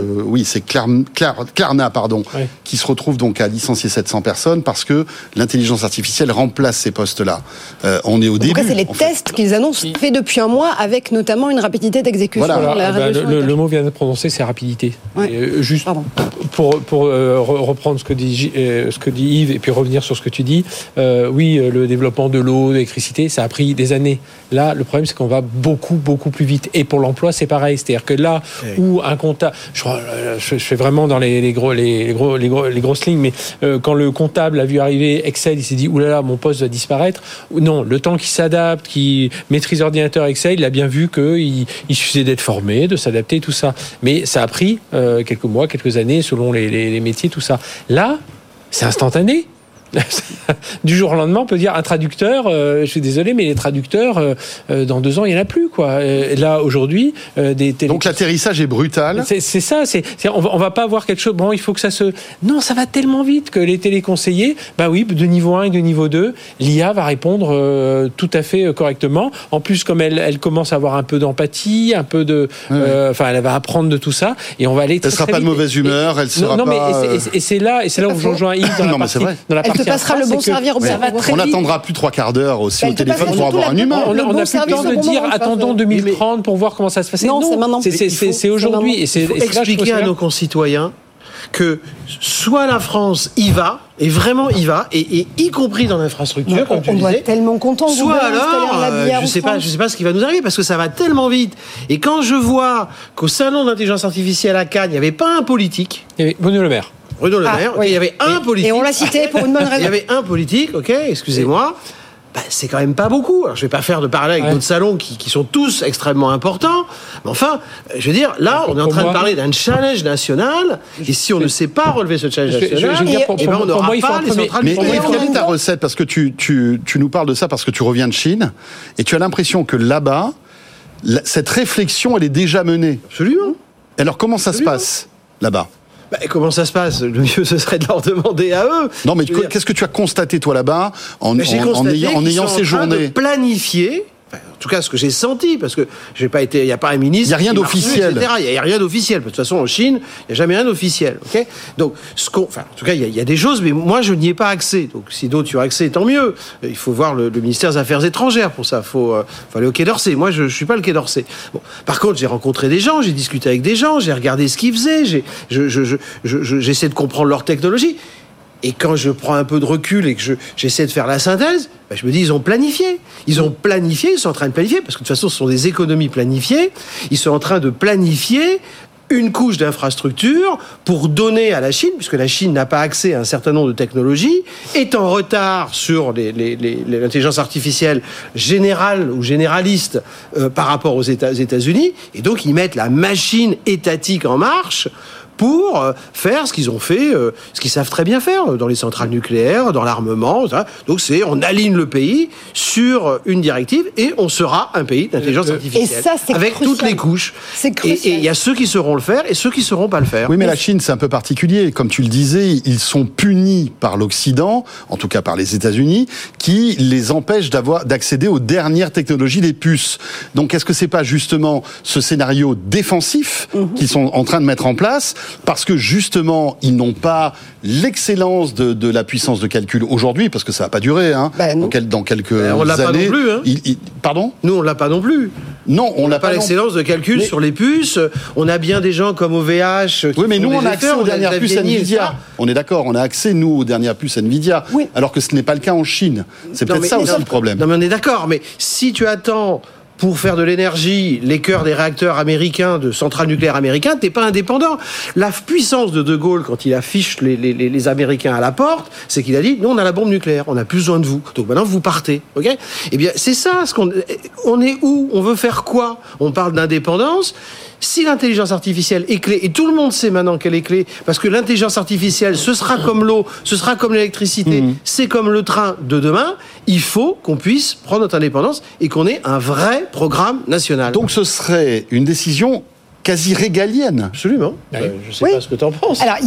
qui se retrouve donc à licencier 700 personnes parce que l'intelligence artificielle remplace ces postes-là. On est au début. En tout cas, c'est les tests qu'ils annoncent faits depuis un mois avec notamment une rapidité d'exécution. Voilà. Le mot vient d'être prononcé, c'est rapidité. Juste pour reprendre ce que dit Yves et puis revenir sur ce que tu dis. Le développement de l'eau, de l'électricité, ça a pris des années. Là, le problème, c'est qu'on va beaucoup plus vite. Et pour l'emploi, c'est pareil. C'est-à-dire que là où un comptable, je fais vraiment dans les grosses lignes, mais quand le comptable a vu arriver Excel, il s'est dit oulala, mon poste va disparaître. Non, le temps qu'il s'adapte, qu'il maîtrise l'ordinateur Excel, il a bien vu qu'il suffisait d'être formé, de s'adapter, tout ça. Mais ça a pris quelques mois, quelques années, selon les métiers, tout ça. Là, c'est instantané. Du jour au lendemain, on peut dire un traducteur, je suis désolé, mais les traducteurs, dans 2 ans, il n'y en a plus, quoi. Là, aujourd'hui, Donc l'atterrissage est brutal. C'est ça, on va pas avoir quelque chose, bon, il faut que ça se... Non, ça va tellement vite que les téléconseillers, de niveau 1 et de niveau 2, l'IA va répondre tout à fait correctement. En plus, comme elle commence à avoir un peu d'empathie, un peu de... elle va apprendre de tout ça, et on va aller très, elle sera très pas vite. de mauvaise humeur, elle sera pas... Mais c'est là où je rejoins Yves dans la partie... Elle te passera le bon servir. On n'attendra plus 3 quarts d'heure aussi au téléphone pour avoir un humain. On n'a plus le temps de dire attendons 2030 pour voir comment ça se passe. Non, c'est aujourd'hui. Il faut expliquer à nos concitoyens que soit la France y va, et vraiment y va, et y compris dans l'infrastructure, comme tu disais. On doit être tellement content. Soit alors, je sais pas ce qui va nous arriver, parce que ça va tellement vite. Et quand je vois qu'au salon d'intelligence artificielle à Cannes, il n'y avait pas un politique. Il y avait Bruno Le Maire. Oui. Il y avait un politique. Et on l'a cité pour une bonne raison. Il y avait un politique, excusez-moi. C'est quand même pas beaucoup. Alors, je vais pas faire de parallèle avec d'autres salons qui sont tous extrêmement importants. Mais enfin, je veux dire, là, on est en train de parler d'un challenge national. Et si on ne sait pas relever ce challenge national, on n'aura pas les centrales nucléaires. Mais quelle est ta recette? Parce que tu nous parles de ça parce que tu reviens de Chine et tu as l'impression que là-bas, cette réflexion, elle est déjà menée. Absolument. Alors, comment ça se passe là-bas? Comment ça se passe? Le mieux, ce serait de leur demander à eux. Non, mais qu'est-ce que tu as constaté, toi, là-bas, en ayant ces journées? De planifier. En tout cas, ce que j'ai senti, parce que j'ai pas été, il n'y a pas un ministre. Il n'y a rien d'officiel. Il n'y a rien d'officiel. De toute façon, en Chine, il n'y a jamais rien d'officiel. Ok. Donc, en tout cas, il y a des choses, mais moi, je n'y ai pas accès. Donc, si d'autres y ont accès, tant mieux. Il faut voir le ministère des Affaires étrangères pour ça. Faut aller au Quai d'Orsay. Moi, je suis pas le Quai d'Orsay. Bon. Par contre, j'ai rencontré des gens, j'ai discuté avec des gens, j'ai regardé ce qu'ils faisaient, j'essaie de comprendre leur technologie. Et quand je prends un peu de recul et que j'essaie de faire la synthèse, je me dis, ils ont planifié. Ils sont en train de planifier, parce que de toute façon, ce sont des économies planifiées. Ils sont en train de planifier une couche d'infrastructure pour donner à la Chine, puisque la Chine n'a pas accès à un certain nombre de technologies, est en retard sur l'intelligence artificielle générale ou généraliste par rapport aux États-Unis, et donc ils mettent la machine étatique en marche pour faire ce qu'ils ont fait, ce qu'ils savent très bien faire dans les centrales nucléaires, dans l'armement. Donc on aligne le pays sur une directive et on sera un pays d'intelligence artificielle. Et ça, c'est avec crucial. Toutes les couches. C'est crucial. Et il y a ceux qui sauront le faire et ceux qui sauront pas le faire. Oui, mais la Chine, c'est un peu particulier. Comme tu le disais, ils sont punis par l'Occident, en tout cas par les États-Unis, qui les empêchent d'accéder aux dernières technologies des puces. Donc, est-ce que c'est pas justement ce scénario défensif qu'ils sont en train de mettre en place? Parce que justement, ils n'ont pas l'excellence de la puissance de calcul aujourd'hui, parce que ça va pas durer, dans quelques années. On l'a pas non plus, hein. Pardon? Nous, on l'a pas non plus. Non, on n'a pas l'excellence de calcul sur les puces. On a bien des gens comme OVH. Oui, mais nous, on a accès aux dernières puces Nvidia. On est d'accord, on a accès, nous, aux dernières puces Nvidia. Oui. Alors que ce n'est pas le cas en Chine. C'est peut-être ça aussi le problème. Non, mais on est d'accord. Mais si tu attends pour faire de l'énergie les cœurs des réacteurs américains, de centrales nucléaires américains, t'es pas indépendant. La puissance de Gaulle, quand il affiche les Américains à la porte, c'est qu'il a dit, nous, on a la bombe nucléaire, on n'a plus besoin de vous. Donc maintenant, vous partez. Ok? Eh bien, c'est ça, on est où? On veut faire quoi? On parle d'indépendance. Si l'intelligence artificielle est clé, et tout le monde sait maintenant qu'elle est clé, parce que l'intelligence artificielle, ce sera comme l'eau, ce sera comme l'électricité, c'est comme le train de demain, il faut qu'on puisse prendre notre indépendance et qu'on ait un vrai programme national. Donc ce serait une décision quasi régalienne. Absolument. Je ne sais pas ce que tu en penses. Alors,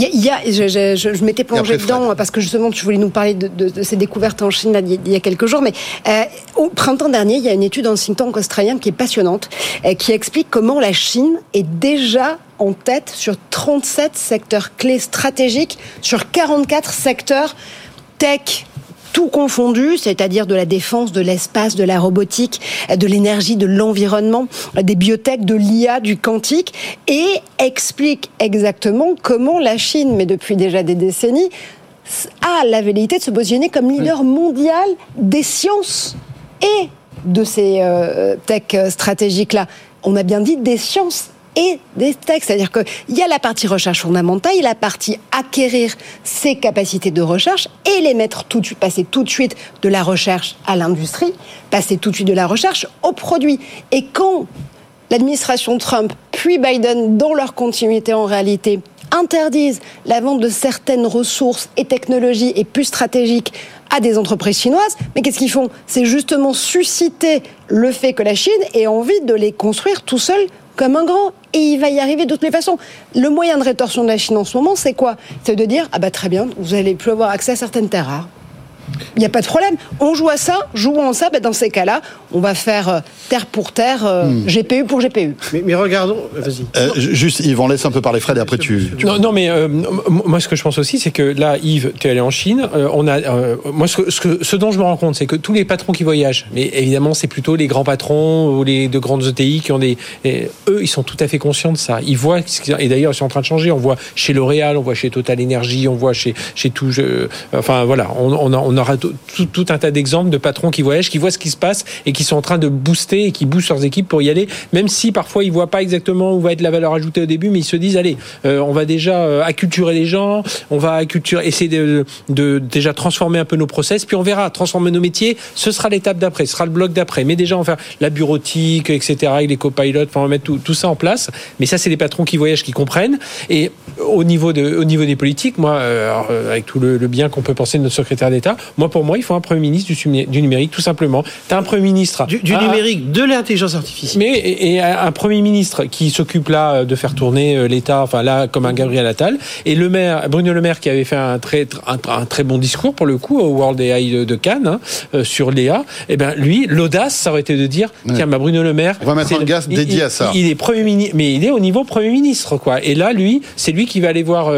je m'étais plongée dedans parce que justement, tu voulais nous parler de ces découvertes en Chine il y a quelques jours. Mais au printemps dernier, il y a une étude dans le think tank australien qui est passionnante, qui explique comment la Chine est déjà en tête sur 37 secteurs clés stratégiques, sur 44 secteurs tech, tout confondu, c'est-à-dire de la défense, de l'espace, de la robotique, de l'énergie, de l'environnement, des biotech, de l'IA, du quantique, et explique exactement comment la Chine, mais depuis déjà des décennies, a la velléité de se positionner comme leader mondial des sciences et de ces tech stratégiques-là. On a bien dit des sciences et des textes, c'est-à-dire qu'il y a la partie recherche fondamentale, il y a la partie acquérir ses capacités de recherche et les mettre tout de suite, passer tout de suite de la recherche à l'industrie, passer tout de suite de la recherche au produit. Et quand l'administration Trump puis Biden, dans leur continuité en réalité, interdisent la vente de certaines ressources et technologies et puces stratégiques à des entreprises chinoises, mais qu'est-ce qu'ils font? C'est justement susciter le fait que la Chine ait envie de les construire tout seul comme un grand, et il va y arriver de toutes les façons. Le moyen de rétorsion de la Chine en ce moment, c'est quoi? C'est de dire, très bien, vous allez plus avoir accès à certaines terres rares. Il n'y a pas de problème. On joue à ça, jouons ça. Dans ces cas-là, on va faire terre pour terre, GPU pour GPU. Mais regardons, vas-y. Juste, Yves, on laisse un peu parler Fred et après tu... Non, mais moi, ce que je pense aussi, c'est que là, Yves, tu es allé en Chine. Moi, ce dont je me rends compte, c'est que tous les patrons qui voyagent, mais évidemment, c'est plutôt les grands patrons ou les de grandes ETI qui ont eux, ils sont tout à fait conscients de ça. Ils voient, et d'ailleurs, c'est en train de changer. On voit chez L'Oréal, on voit chez Total Energy, on voit chez tout. Enfin, voilà, on aura tout un tas d'exemples de patrons qui voyagent, qui voient ce qui se passe et qui sont en train de booster et qui boostent leurs équipes pour y aller, même si parfois ils voient pas exactement où va être la valeur ajoutée au début, mais ils se disent allez, on va déjà acculturer les gens, on va essayer de déjà transformer un peu nos process, puis on verra transformer nos métiers. Ce sera l'étape d'après, ce sera le bloc d'après. Mais déjà on va faire la bureautique, etc. Et les copilotes, on va mettre tout ça en place. Mais ça, c'est les patrons qui voyagent, qui comprennent. Et au niveau des politiques, moi, avec tout le bien qu'on peut penser de notre secrétaire d'État, pour moi, il faut un Premier ministre du numérique, tout simplement. Tu as un Premier ministre... Du numérique, de l'intelligence artificielle. Et un Premier ministre qui s'occupe là de faire tourner l'État, enfin là, comme un Gabriel Attal, et Bruno Le Maire, qui avait fait un très bon discours, pour le coup, au World AI de Cannes, sur l'EA, et ben lui, l'audace, ça aurait été de dire, tiens, Bruno Le Maire... On va mettre un gaz dédié à ça. Il est Premier ministre, mais il est au niveau Premier ministre, quoi. Et là, c'est lui qui va aller voir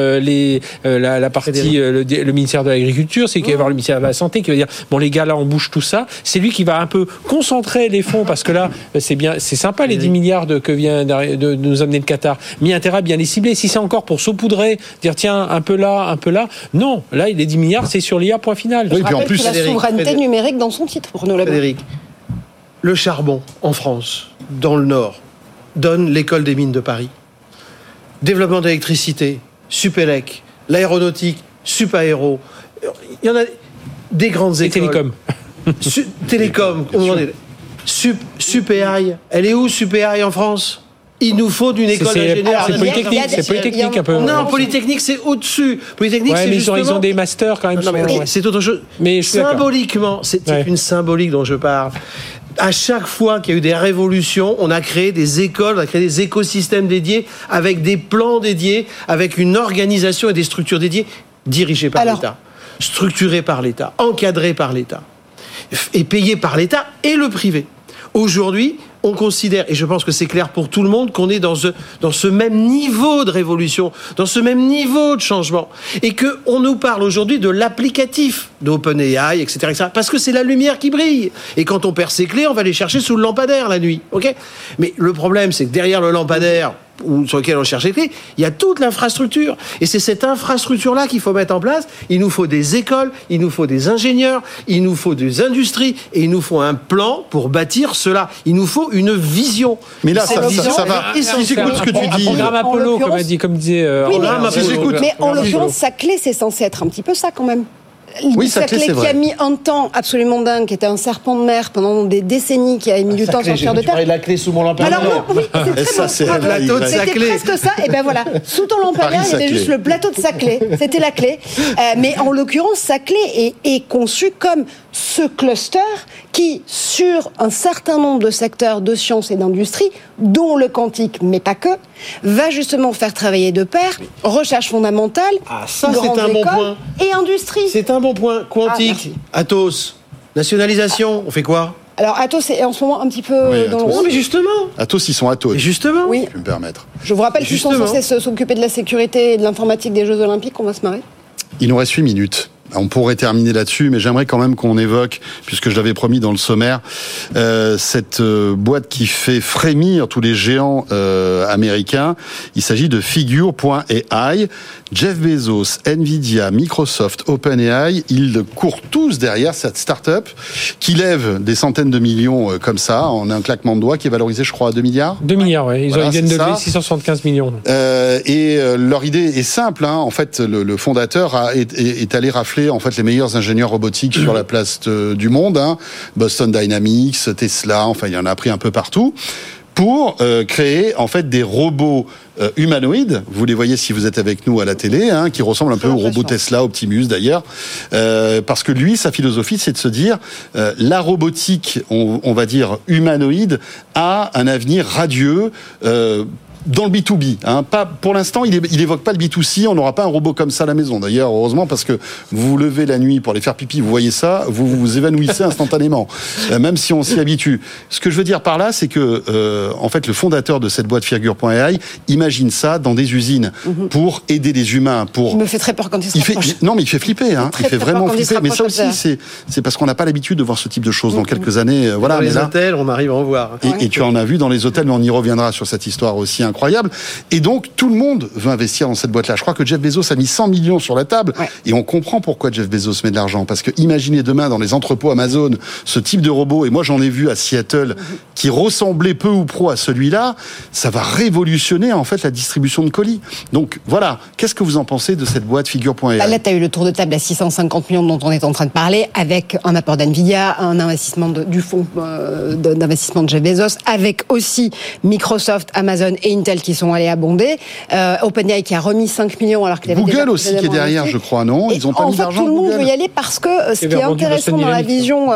la partie, le ministère de l'Agriculture, c'est lui qui va voir le ministère de la Santé, qui va dire bon les gars là on bouge tout ça, c'est lui qui va un peu concentrer les fonds parce que là c'est sympa les 10 milliards que vient de nous amener le Qatar, mais intérêt à bien les cibler. Si c'est encore pour saupoudrer, dire tiens un peu là, non, là les 10 milliards c'est sur l'IA point final. Oui, puis en plus la souveraineté numérique dans son titre pour nous. Frédéric, le charbon en France, dans le Nord, donne l'école des mines de Paris. Développement d'électricité, Supélec, l'aéronautique, Supaéro, il y en a des grandes écoles. Télécom. Supéaille. Elle est où Supéaille en France? Il nous faut d'une école d'ingénieurs. C'est Polytechnique un peu. Non, Polytechnique c'est au-dessus. Polytechnique c'est justement... ils ont des masters quand même. Non, mais c'est autre chose. Mais symboliquement, c'est une symbolique dont je parle. À chaque fois qu'il y a eu des révolutions, on a créé des écoles, on a créé des écosystèmes dédiés, avec des plans dédiés, avec une organisation et des structures dédiées, dirigées par l'État, structurées par l'État, encadrées par l'État, et payées par l'État et le privé. Aujourd'hui, on considère, et je pense que c'est clair pour tout le monde, qu'on est dans ce même niveau de révolution, dans ce même niveau de changement. Et qu'on nous parle aujourd'hui de l'applicatif d'OpenAI, etc., parce que c'est la lumière qui brille. Et quand on perd ses clés, on va les chercher sous le lampadaire la nuit. Okay ? Mais le problème, c'est que derrière le lampadaire, ou sur lequel on cherche les clés, il y a toute l'infrastructure. Et c'est cette infrastructure-là qu'il faut mettre en place. Il nous faut des écoles, il nous faut des ingénieurs, il nous faut des industries, et il nous faut un plan pour bâtir cela. Il nous faut une vision. Mais là, ça va. Si j'écoute ce que tu dis... Programme Apollo, comme disait... Mais en l'occurrence, sa clé, c'est censé être un petit peu ça, quand même. Oui, sa clé qui a mis un temps absolument dingue, qui était un serpent de mer pendant des décennies, qui a mis du temps à sortir de terre. Tu de la clé sous mon lampadaire. Alors non, oui, c'était le plateau de sa clé. C'était presque ça. Et ben voilà, sous ton lampadaire, il y avait juste le plateau de sa clé. C'était la clé. Mais en l'occurrence, sa clé est conçue comme ce cluster qui, sur un certain nombre de secteurs de sciences et d'industrie, dont le quantique, mais pas que, va justement faire travailler de pair recherche fondamentale, ça c'est un bon point, et industrie. C'est un bon point. Quantique, Atos, nationalisation, on fait quoi? Alors Atos est en ce moment un petit peu dans... Non mais justement. Atos, ils sont Atos. Justement. Oui. Je peux me permettre. Je vous rappelle qu'ils sont censés s'occuper de la sécurité et de l'informatique des Jeux Olympiques, on va se marrer. Il nous reste 8 minutes. On pourrait terminer là-dessus, mais j'aimerais quand même qu'on évoque, puisque je l'avais promis dans le sommaire, cette boîte qui fait frémir tous les géants américains. Il s'agit de Figure.ai. Jeff Bezos, Nvidia, Microsoft, OpenAI, ils courent tous derrière cette start-up qui lève des centaines de millions comme ça, en un claquement de doigts, qui est valorisé, je crois, à 2 milliards. 2 milliards, oui. Ils viennent de lever 675 millions. Et leur idée est simple. En fait, le fondateur est allé rafler en fait les meilleurs ingénieurs robotiques sur la place du monde. Boston Dynamics, Tesla, enfin il y en a pris un peu partout. Pour créer en fait des robots humanoïdes, vous les voyez si vous êtes avec nous à la télé, qui ressemblent un peu aux robots Tesla, Optimus d'ailleurs, parce que lui, sa philosophie, c'est de se dire la robotique, on va dire humanoïde, a un avenir radieux. dans le B2B. Pas, pour l'instant, il évoque pas le B2C. On n'aura pas un robot comme ça à la maison. D'ailleurs, heureusement, parce que vous vous levez la nuit pour aller faire pipi, vous voyez ça, vous vous évanouissez instantanément, même si on s'y habitue. Ce que je veux dire par là, c'est que en fait, le fondateur de cette boîte Figure.ai imagine ça dans des usines pour aider les humains. Il me fait très peur quand il se rapproche. Non, mais il fait flipper. Il fait vraiment flipper. Mais ça aussi, c'est parce qu'on n'a pas l'habitude de voir ce type de choses. Dans quelques années, voilà. Dans les hôtels, on arrive à en voir. Et tu en as vu dans les hôtels, mais on y reviendra sur cette histoire aussi incroyable. Et donc, tout le monde veut investir dans cette boîte-là. Je crois que Jeff Bezos a mis 100 millions sur la table. Ouais. Et on comprend pourquoi Jeff Bezos met de l'argent. Parce que imaginez demain, dans les entrepôts Amazon, ce type de robot, et moi j'en ai vu à Seattle, qui ressemblait peu ou prou à celui-là, ça va révolutionner en fait la distribution de colis. Donc voilà, qu'est-ce que vous en pensez de cette boîte Figure.ai ? Là, tu as eu le tour de table à 650 millions dont on est en train de parler, avec un apport d'NVIDIA, un investissement du fonds d'investissement de Jeff Bezos, avec aussi Microsoft, Amazon et Intel qui sont allés abonder, OpenAI qui a remis 5 millions alors qu'il avait Google aussi qui est derrière, je crois, non ? Ils ont pas mis d'argent. Tout le monde veut y aller parce que ce qui est intéressant dans la vision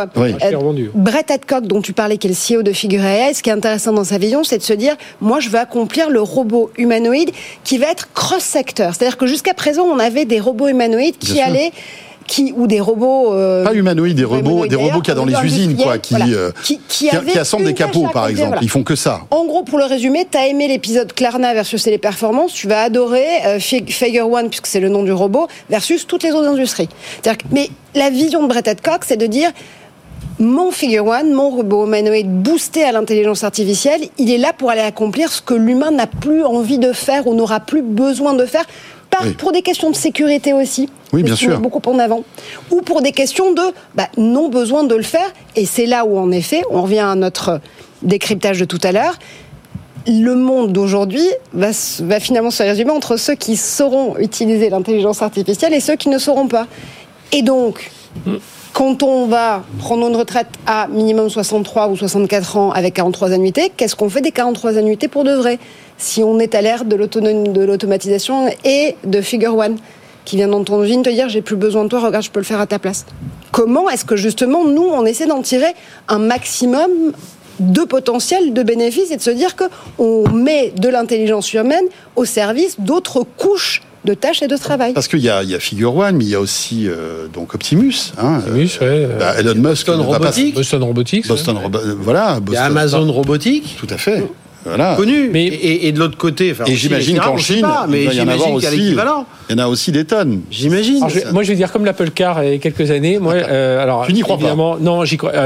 Brett Hadcock dont tu parlais, qui est le CEO de Figure.ai, ce qui est intéressant dans sa vision, c'est de se dire, moi je veux accomplir le robot humanoïde qui va être cross-secteur. C'est-à-dire que jusqu'à présent, on avait des robots humanoïdes qui allaient... ou des robots... pas humanoïdes, des robots qu'il y a dans les usines, quoi, qui assemblent des capots, par exemple. Voilà. Ils font que ça. En gros, pour le résumer, t'as aimé l'épisode Klarna versus Téléperformance, tu vas adorer Figure One, puisque c'est le nom du robot, versus toutes les autres industries. Mais la vision de Brett Hadcock, c'est de dire... Mon Figure One, mon robot humanoïde boosté à l'intelligence artificielle, il est là pour aller accomplir ce que l'humain n'a plus envie de faire ou n'aura plus besoin de faire, pour des questions de sécurité aussi, bien sûr, met beaucoup en avant, ou pour des questions de non besoin de le faire. Et c'est là où, en effet, on revient à notre décryptage de tout à l'heure, le monde d'aujourd'hui va finalement se résumer entre ceux qui sauront utiliser l'intelligence artificielle et ceux qui ne sauront pas. Et donc... Quand on va prendre une retraite à minimum 63 ou 64 ans avec 43 annuités, qu'est-ce qu'on fait des 43 annuités pour de vrai ? Si on est à l'ère de l'automatisation et de Figure One, qui vient dans ton usine te dire « j'ai plus besoin de toi, regarde, je peux le faire à ta place ». Comment est-ce que justement, nous, on essaie d'en tirer un maximum de potentiel, de bénéfices, et de se dire qu'on met de l'intelligence humaine au service d'autres couches de tâches et de travail. Parce qu'il y a Figure One, mais il y a aussi donc Optimus. Optimus, Elon Musk. Boston Robotics. Voilà. Il y a Amazon Robotique. Tout à fait. Voilà. Connu. Et de l'autre côté, et j'imagine qu'en Chine, il va y en avoir aussi. Il y en a aussi des tonnes. J'imagine. Moi, je vais dire comme l'Apple Car il y a quelques années. Moi, alors, tu n'y crois pas ? Non, j'y crois.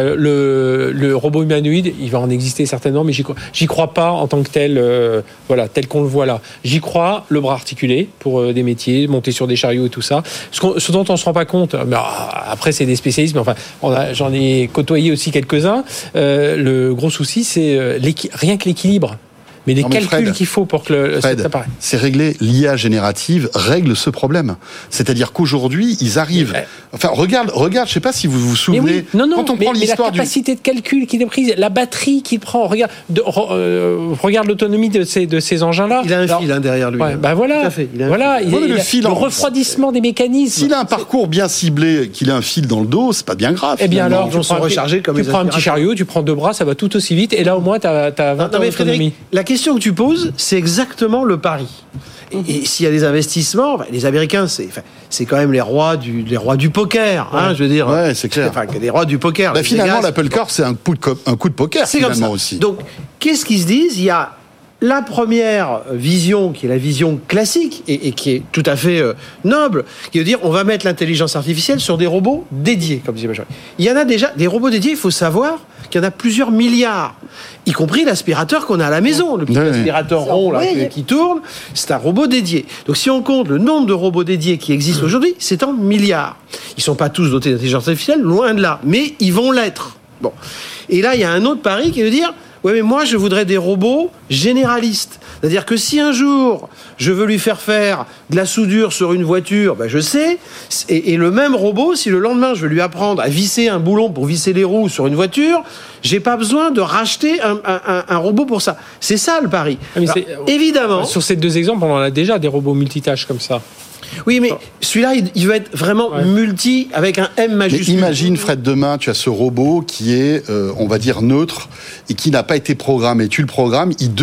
Le robot humanoïde, il va en exister certainement, mais j'y crois pas en tant que tel. Tel qu'on le voit là. J'y crois, le bras articulé pour des métiers, monter sur des chariots et tout ça. Ce dont on se rend pas compte. Mais après, c'est des spécialistes. Mais enfin, j'en ai côtoyé aussi quelques-uns. Le gros souci, c'est rien que l'équilibre. Mais les calculs qu'il faut pour que ça apparaisse. C'est réglé. L'IA générative règle ce problème. C'est-à-dire qu'aujourd'hui, ils arrivent. Enfin, regarde. Je sais pas si vous vous souvenez. Quand on prend l'histoire la capacité de calcul qu'il est prise, la batterie qu'il prend. Regarde l'autonomie de ces engins-là. Il a un fil derrière lui. Voilà. Tout à fait. Le refroidissement des mécanismes. S'il a un parcours bien ciblé, qu'il a un fil dans le dos, c'est pas bien grave. Eh bien alors, tu prends un petit chariot, tu prends 2 bras, ça va tout aussi vite. Et là, au moins, t'as 20 ans d'autonomie. La question que tu poses, c'est exactement le pari. Et s'il y a des investissements, les Américains, c'est quand même les rois du poker, je veux dire. Ouais, c'est clair. Les rois du poker. Finalement, l'Apple Car, c'est un coup de poker, c'est finalement comme ça. Aussi. Donc, qu'est-ce qu'ils se disent ? Il y a la première vision, qui est la vision classique, et qui est tout à fait noble, qui veut dire on va mettre l'intelligence artificielle sur des robots dédiés, comme disait Benjamin. Il y en a déjà, des robots dédiés, il faut savoir qu'il y en a plusieurs milliards, y compris l'aspirateur qu'on a à la maison, le petit aspirateur rond là, qui tourne, c'est un robot dédié. Donc si on compte le nombre de robots dédiés qui existent aujourd'hui, c'est en milliards. Ils ne sont pas tous dotés d'intelligence artificielle, loin de là, mais ils vont l'être. Bon. Et là, il y a un autre pari qui veut dire ouais, mais moi, je voudrais des robots généralistes. C'est-à-dire que si un jour, je veux lui faire de la soudure sur une voiture, je sais. Et le même robot, si le lendemain, je veux lui apprendre à visser un boulon pour visser les roues sur une voiture, j'ai pas besoin de racheter un robot pour ça. C'est ça, le pari. Alors, évidemment. Sur ces 2 exemples, on en a déjà des robots multitâches comme ça. Oui, mais celui-là, il veut être vraiment multi avec un M majuscule. Mais imagine, Fred, demain, tu as ce robot qui est, on va dire, neutre et qui n'a pas été programmé. Tu le programmes, il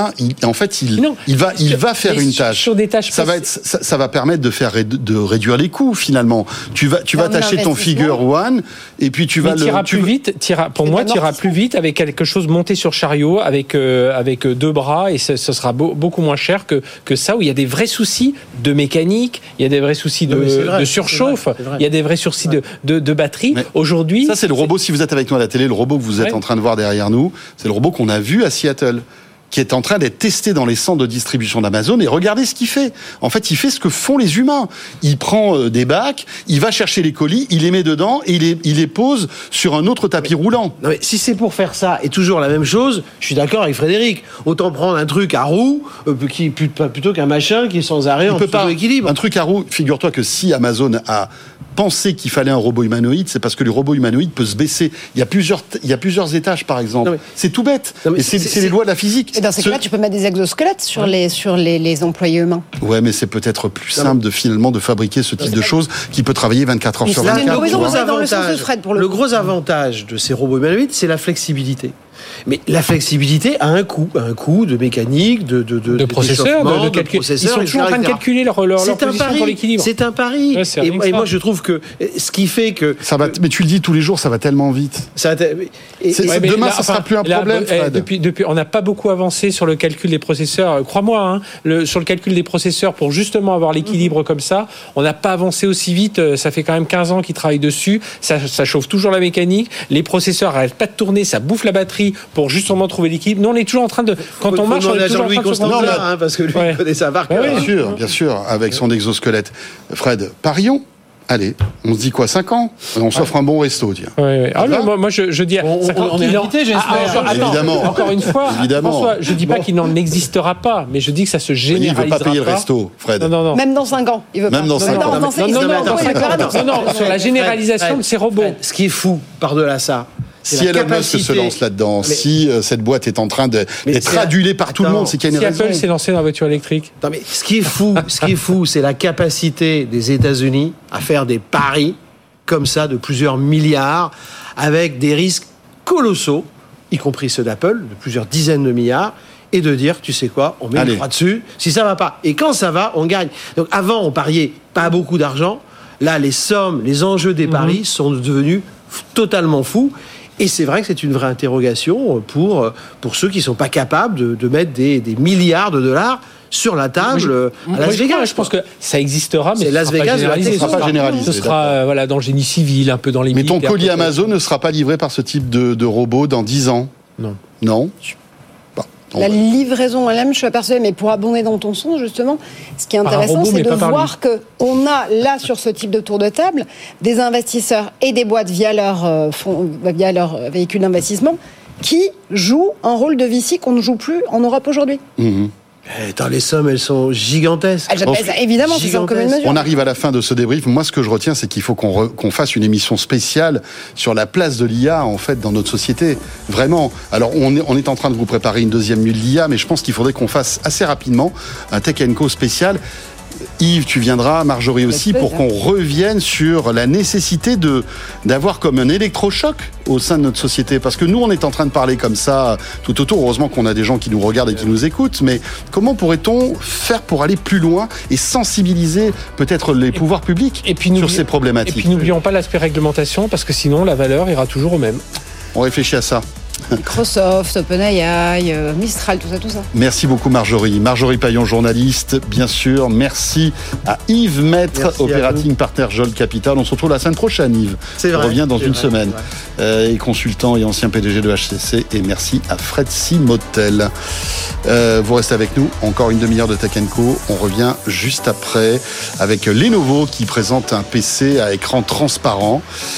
va faire une tâche. Sur des tâches ça va permettre de réduire les coûts, finalement. Tu vas t'acheter ton Figure One et puis tu vas plus vite. Tu iras plus vite avec quelque chose monté sur chariot, avec 2 bras, et ce sera beaucoup moins cher que ça, où il y a des vrais soucis de mécanique, il y a des vrais soucis de surchauffe, il y a des vrais soucis de batterie. Mais aujourd'hui, ça c'est le robot. Si vous êtes avec nous à la télé, le robot que vous êtes en train de voir derrière nous, c'est le robot qu'on a vu à Seattle, qui est en train d'être testé dans les centres de distribution d'Amazon, et regardez ce qu'il fait. En fait, il fait ce que font les humains. Il prend des bacs, il va chercher les colis, il les met dedans et il les pose sur un autre tapis roulant. Non mais si c'est pour faire ça et toujours la même chose, je suis d'accord avec Frédéric. Autant prendre un truc à roue plutôt qu'un machin qui est sans arrêt en tout équilibre. Un truc à roue, figure-toi que si Amazon a pensé qu'il fallait un robot humanoïde, c'est parce que le robot humanoïde peut se baisser. Il y a plusieurs étages, par exemple. C'est tout bête. Et c'est les lois de la physique. Et dans ces cas-là, tu peux mettre des exosquelettes sur les employés humains. Ouais, mais c'est peut-être plus simple finalement de fabriquer ce type de choses qui peut travailler 24 heures sur 24. Le gros avantage de ces robots humanoïdes, c'est la flexibilité. Mais la flexibilité a un coût de mécanique, de processeurs, de calcul. Ils sont toujours en train de calculer leur position sur l'équilibre. C'est un pari. Ouais, et moi, je trouve que ce qui fait que mais tu le dis tous les jours, ça va tellement vite. Demain, ça sera plus un problème. Depuis, on n'a pas beaucoup avancé sur le calcul des processeurs. Crois-moi, sur le calcul des processeurs pour justement avoir l'équilibre comme ça, on n'a pas avancé aussi vite. Ça fait quand même 15 ans qu'ils travaillent dessus. Ça chauffe toujours la mécanique. Les processeurs n'arrêtent pas de tourner, ça bouffe la batterie pour justement trouver l'équilibre. Nous, on est toujours en train de... Quand on marche, on est toujours en train de se contrôler. Parce que lui, il connaît ça par cœur. Bien sûr, avec son exosquelette. Fred, parions. Allez, on se dit quoi, 5 ans? On s'offre un bon resto, tiens. Moi, je dis... On est invité, j'espère. Évidemment. Encore une fois, François, je dis pas qu'il n'en existera pas, mais je dis que ça se généralisera. Il ne veut pas payer le resto, Fred. Non. Même dans 5 ans, il veut pas. Même dans 5 ans. Non, sur la généralisation de ces robots. Ce qui est fou, par-delà ça, si Elon Musk se lance là-dedans, si cette boîte est en train d'être adulée par tout le monde, c'est qu'il y a une raison. Si Apple s'est lancé dans la voiture électrique. Non, mais ce qui est fou, c'est la capacité des États-Unis à faire des paris comme ça de plusieurs milliards avec des risques colossaux, y compris ceux d'Apple, de plusieurs dizaines de milliards, et de dire, tu sais quoi, on met le bras dessus, si ça va pas. Et quand ça va, on gagne. Donc avant, on pariait pas beaucoup d'argent. Là, les sommes, les enjeux des paris sont devenus totalement fous. Et c'est vrai que c'est une vraie interrogation pour ceux qui ne sont pas capables de mettre des milliards de dollars sur la table à Las Vegas. Je pense que ça existera, mais Las Vegas ne sera pas généralisé. Ce sera dans le génie civil, un peu dans les militaires. Mais ton colis Amazon ne sera pas livré par ce type de robot dans 10 ans? Non. La livraison elle-même, je suis persuadée, mais pour abonder dans ton sens, justement, ce qui est intéressant, c'est de voir qu'on a là, sur ce type de tour de table, des investisseurs et des boîtes via leur véhicule d'investissement qui jouent un rôle de VC qu'on ne joue plus en Europe aujourd'hui. Les sommes, elles sont gigantesques. Évidemment, c'est en commune mesure. On arrive à la fin de ce débrief. Moi, ce que je retiens, c'est qu'il faut qu'on fasse une émission spéciale sur la place de l'IA, en fait, dans notre société. Vraiment. Alors, on est en train de vous préparer une deuxième nuit de l'IA, mais je pense qu'il faudrait qu'on fasse assez rapidement un Tech & Co spécial. Yves, tu viendras, Marjorie aussi, pour qu'on revienne sur la nécessité d'avoir comme un électrochoc au sein de notre société. Parce que nous, on est en train de parler comme ça tout autour. Heureusement qu'on a des gens qui nous regardent et qui nous écoutent. Mais comment pourrait-on faire pour aller plus loin et sensibiliser peut-être les pouvoirs publics sur ces problématiques? Et puis n'oublions pas l'aspect réglementation, parce que sinon, la valeur ira toujours au même. On réfléchit à ça. Microsoft, OpenAI, Mistral, tout ça. Merci beaucoup Marjorie. Marjorie Paillon, journaliste, bien sûr. Merci à Yves Maître, Operating Partner Jol Capital. On se retrouve la semaine prochaine, Yves. On revient dans une semaine. Et consultant et ancien PDG de HCC. Et merci à Fred Simotel. Vous restez avec nous. Encore une demi-heure de Tech & Co. On revient juste après avec Lenovo qui présente un PC à écran transparent.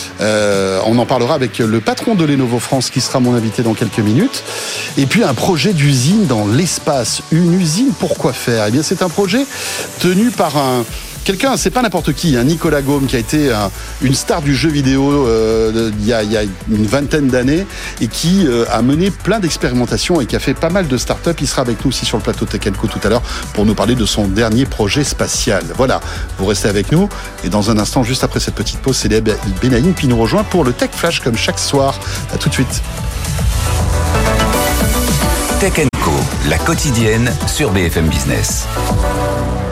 On en parlera avec le patron de Lenovo France qui sera mon invité dans quelques minutes. Et puis un projet d'usine dans l'espace. Une usine, pourquoi faire? Eh bien, c'est un projet tenu par quelqu'un, c'est pas n'importe qui, Nicolas Gaume, qui a été une star du jeu vidéo il y a une vingtaine d'années et qui a mené plein d'expérimentations et qui a fait pas mal de startups. Il sera avec nous aussi sur le plateau Tech & Co tout à l'heure pour nous parler de son dernier projet spatial. Voilà, vous restez avec nous et dans un instant, juste après cette petite pause, c'est Léa Benaïm qui nous rejoint pour le Tech Flash comme chaque soir. À tout de suite. Tech & Co, la quotidienne sur BFM Business.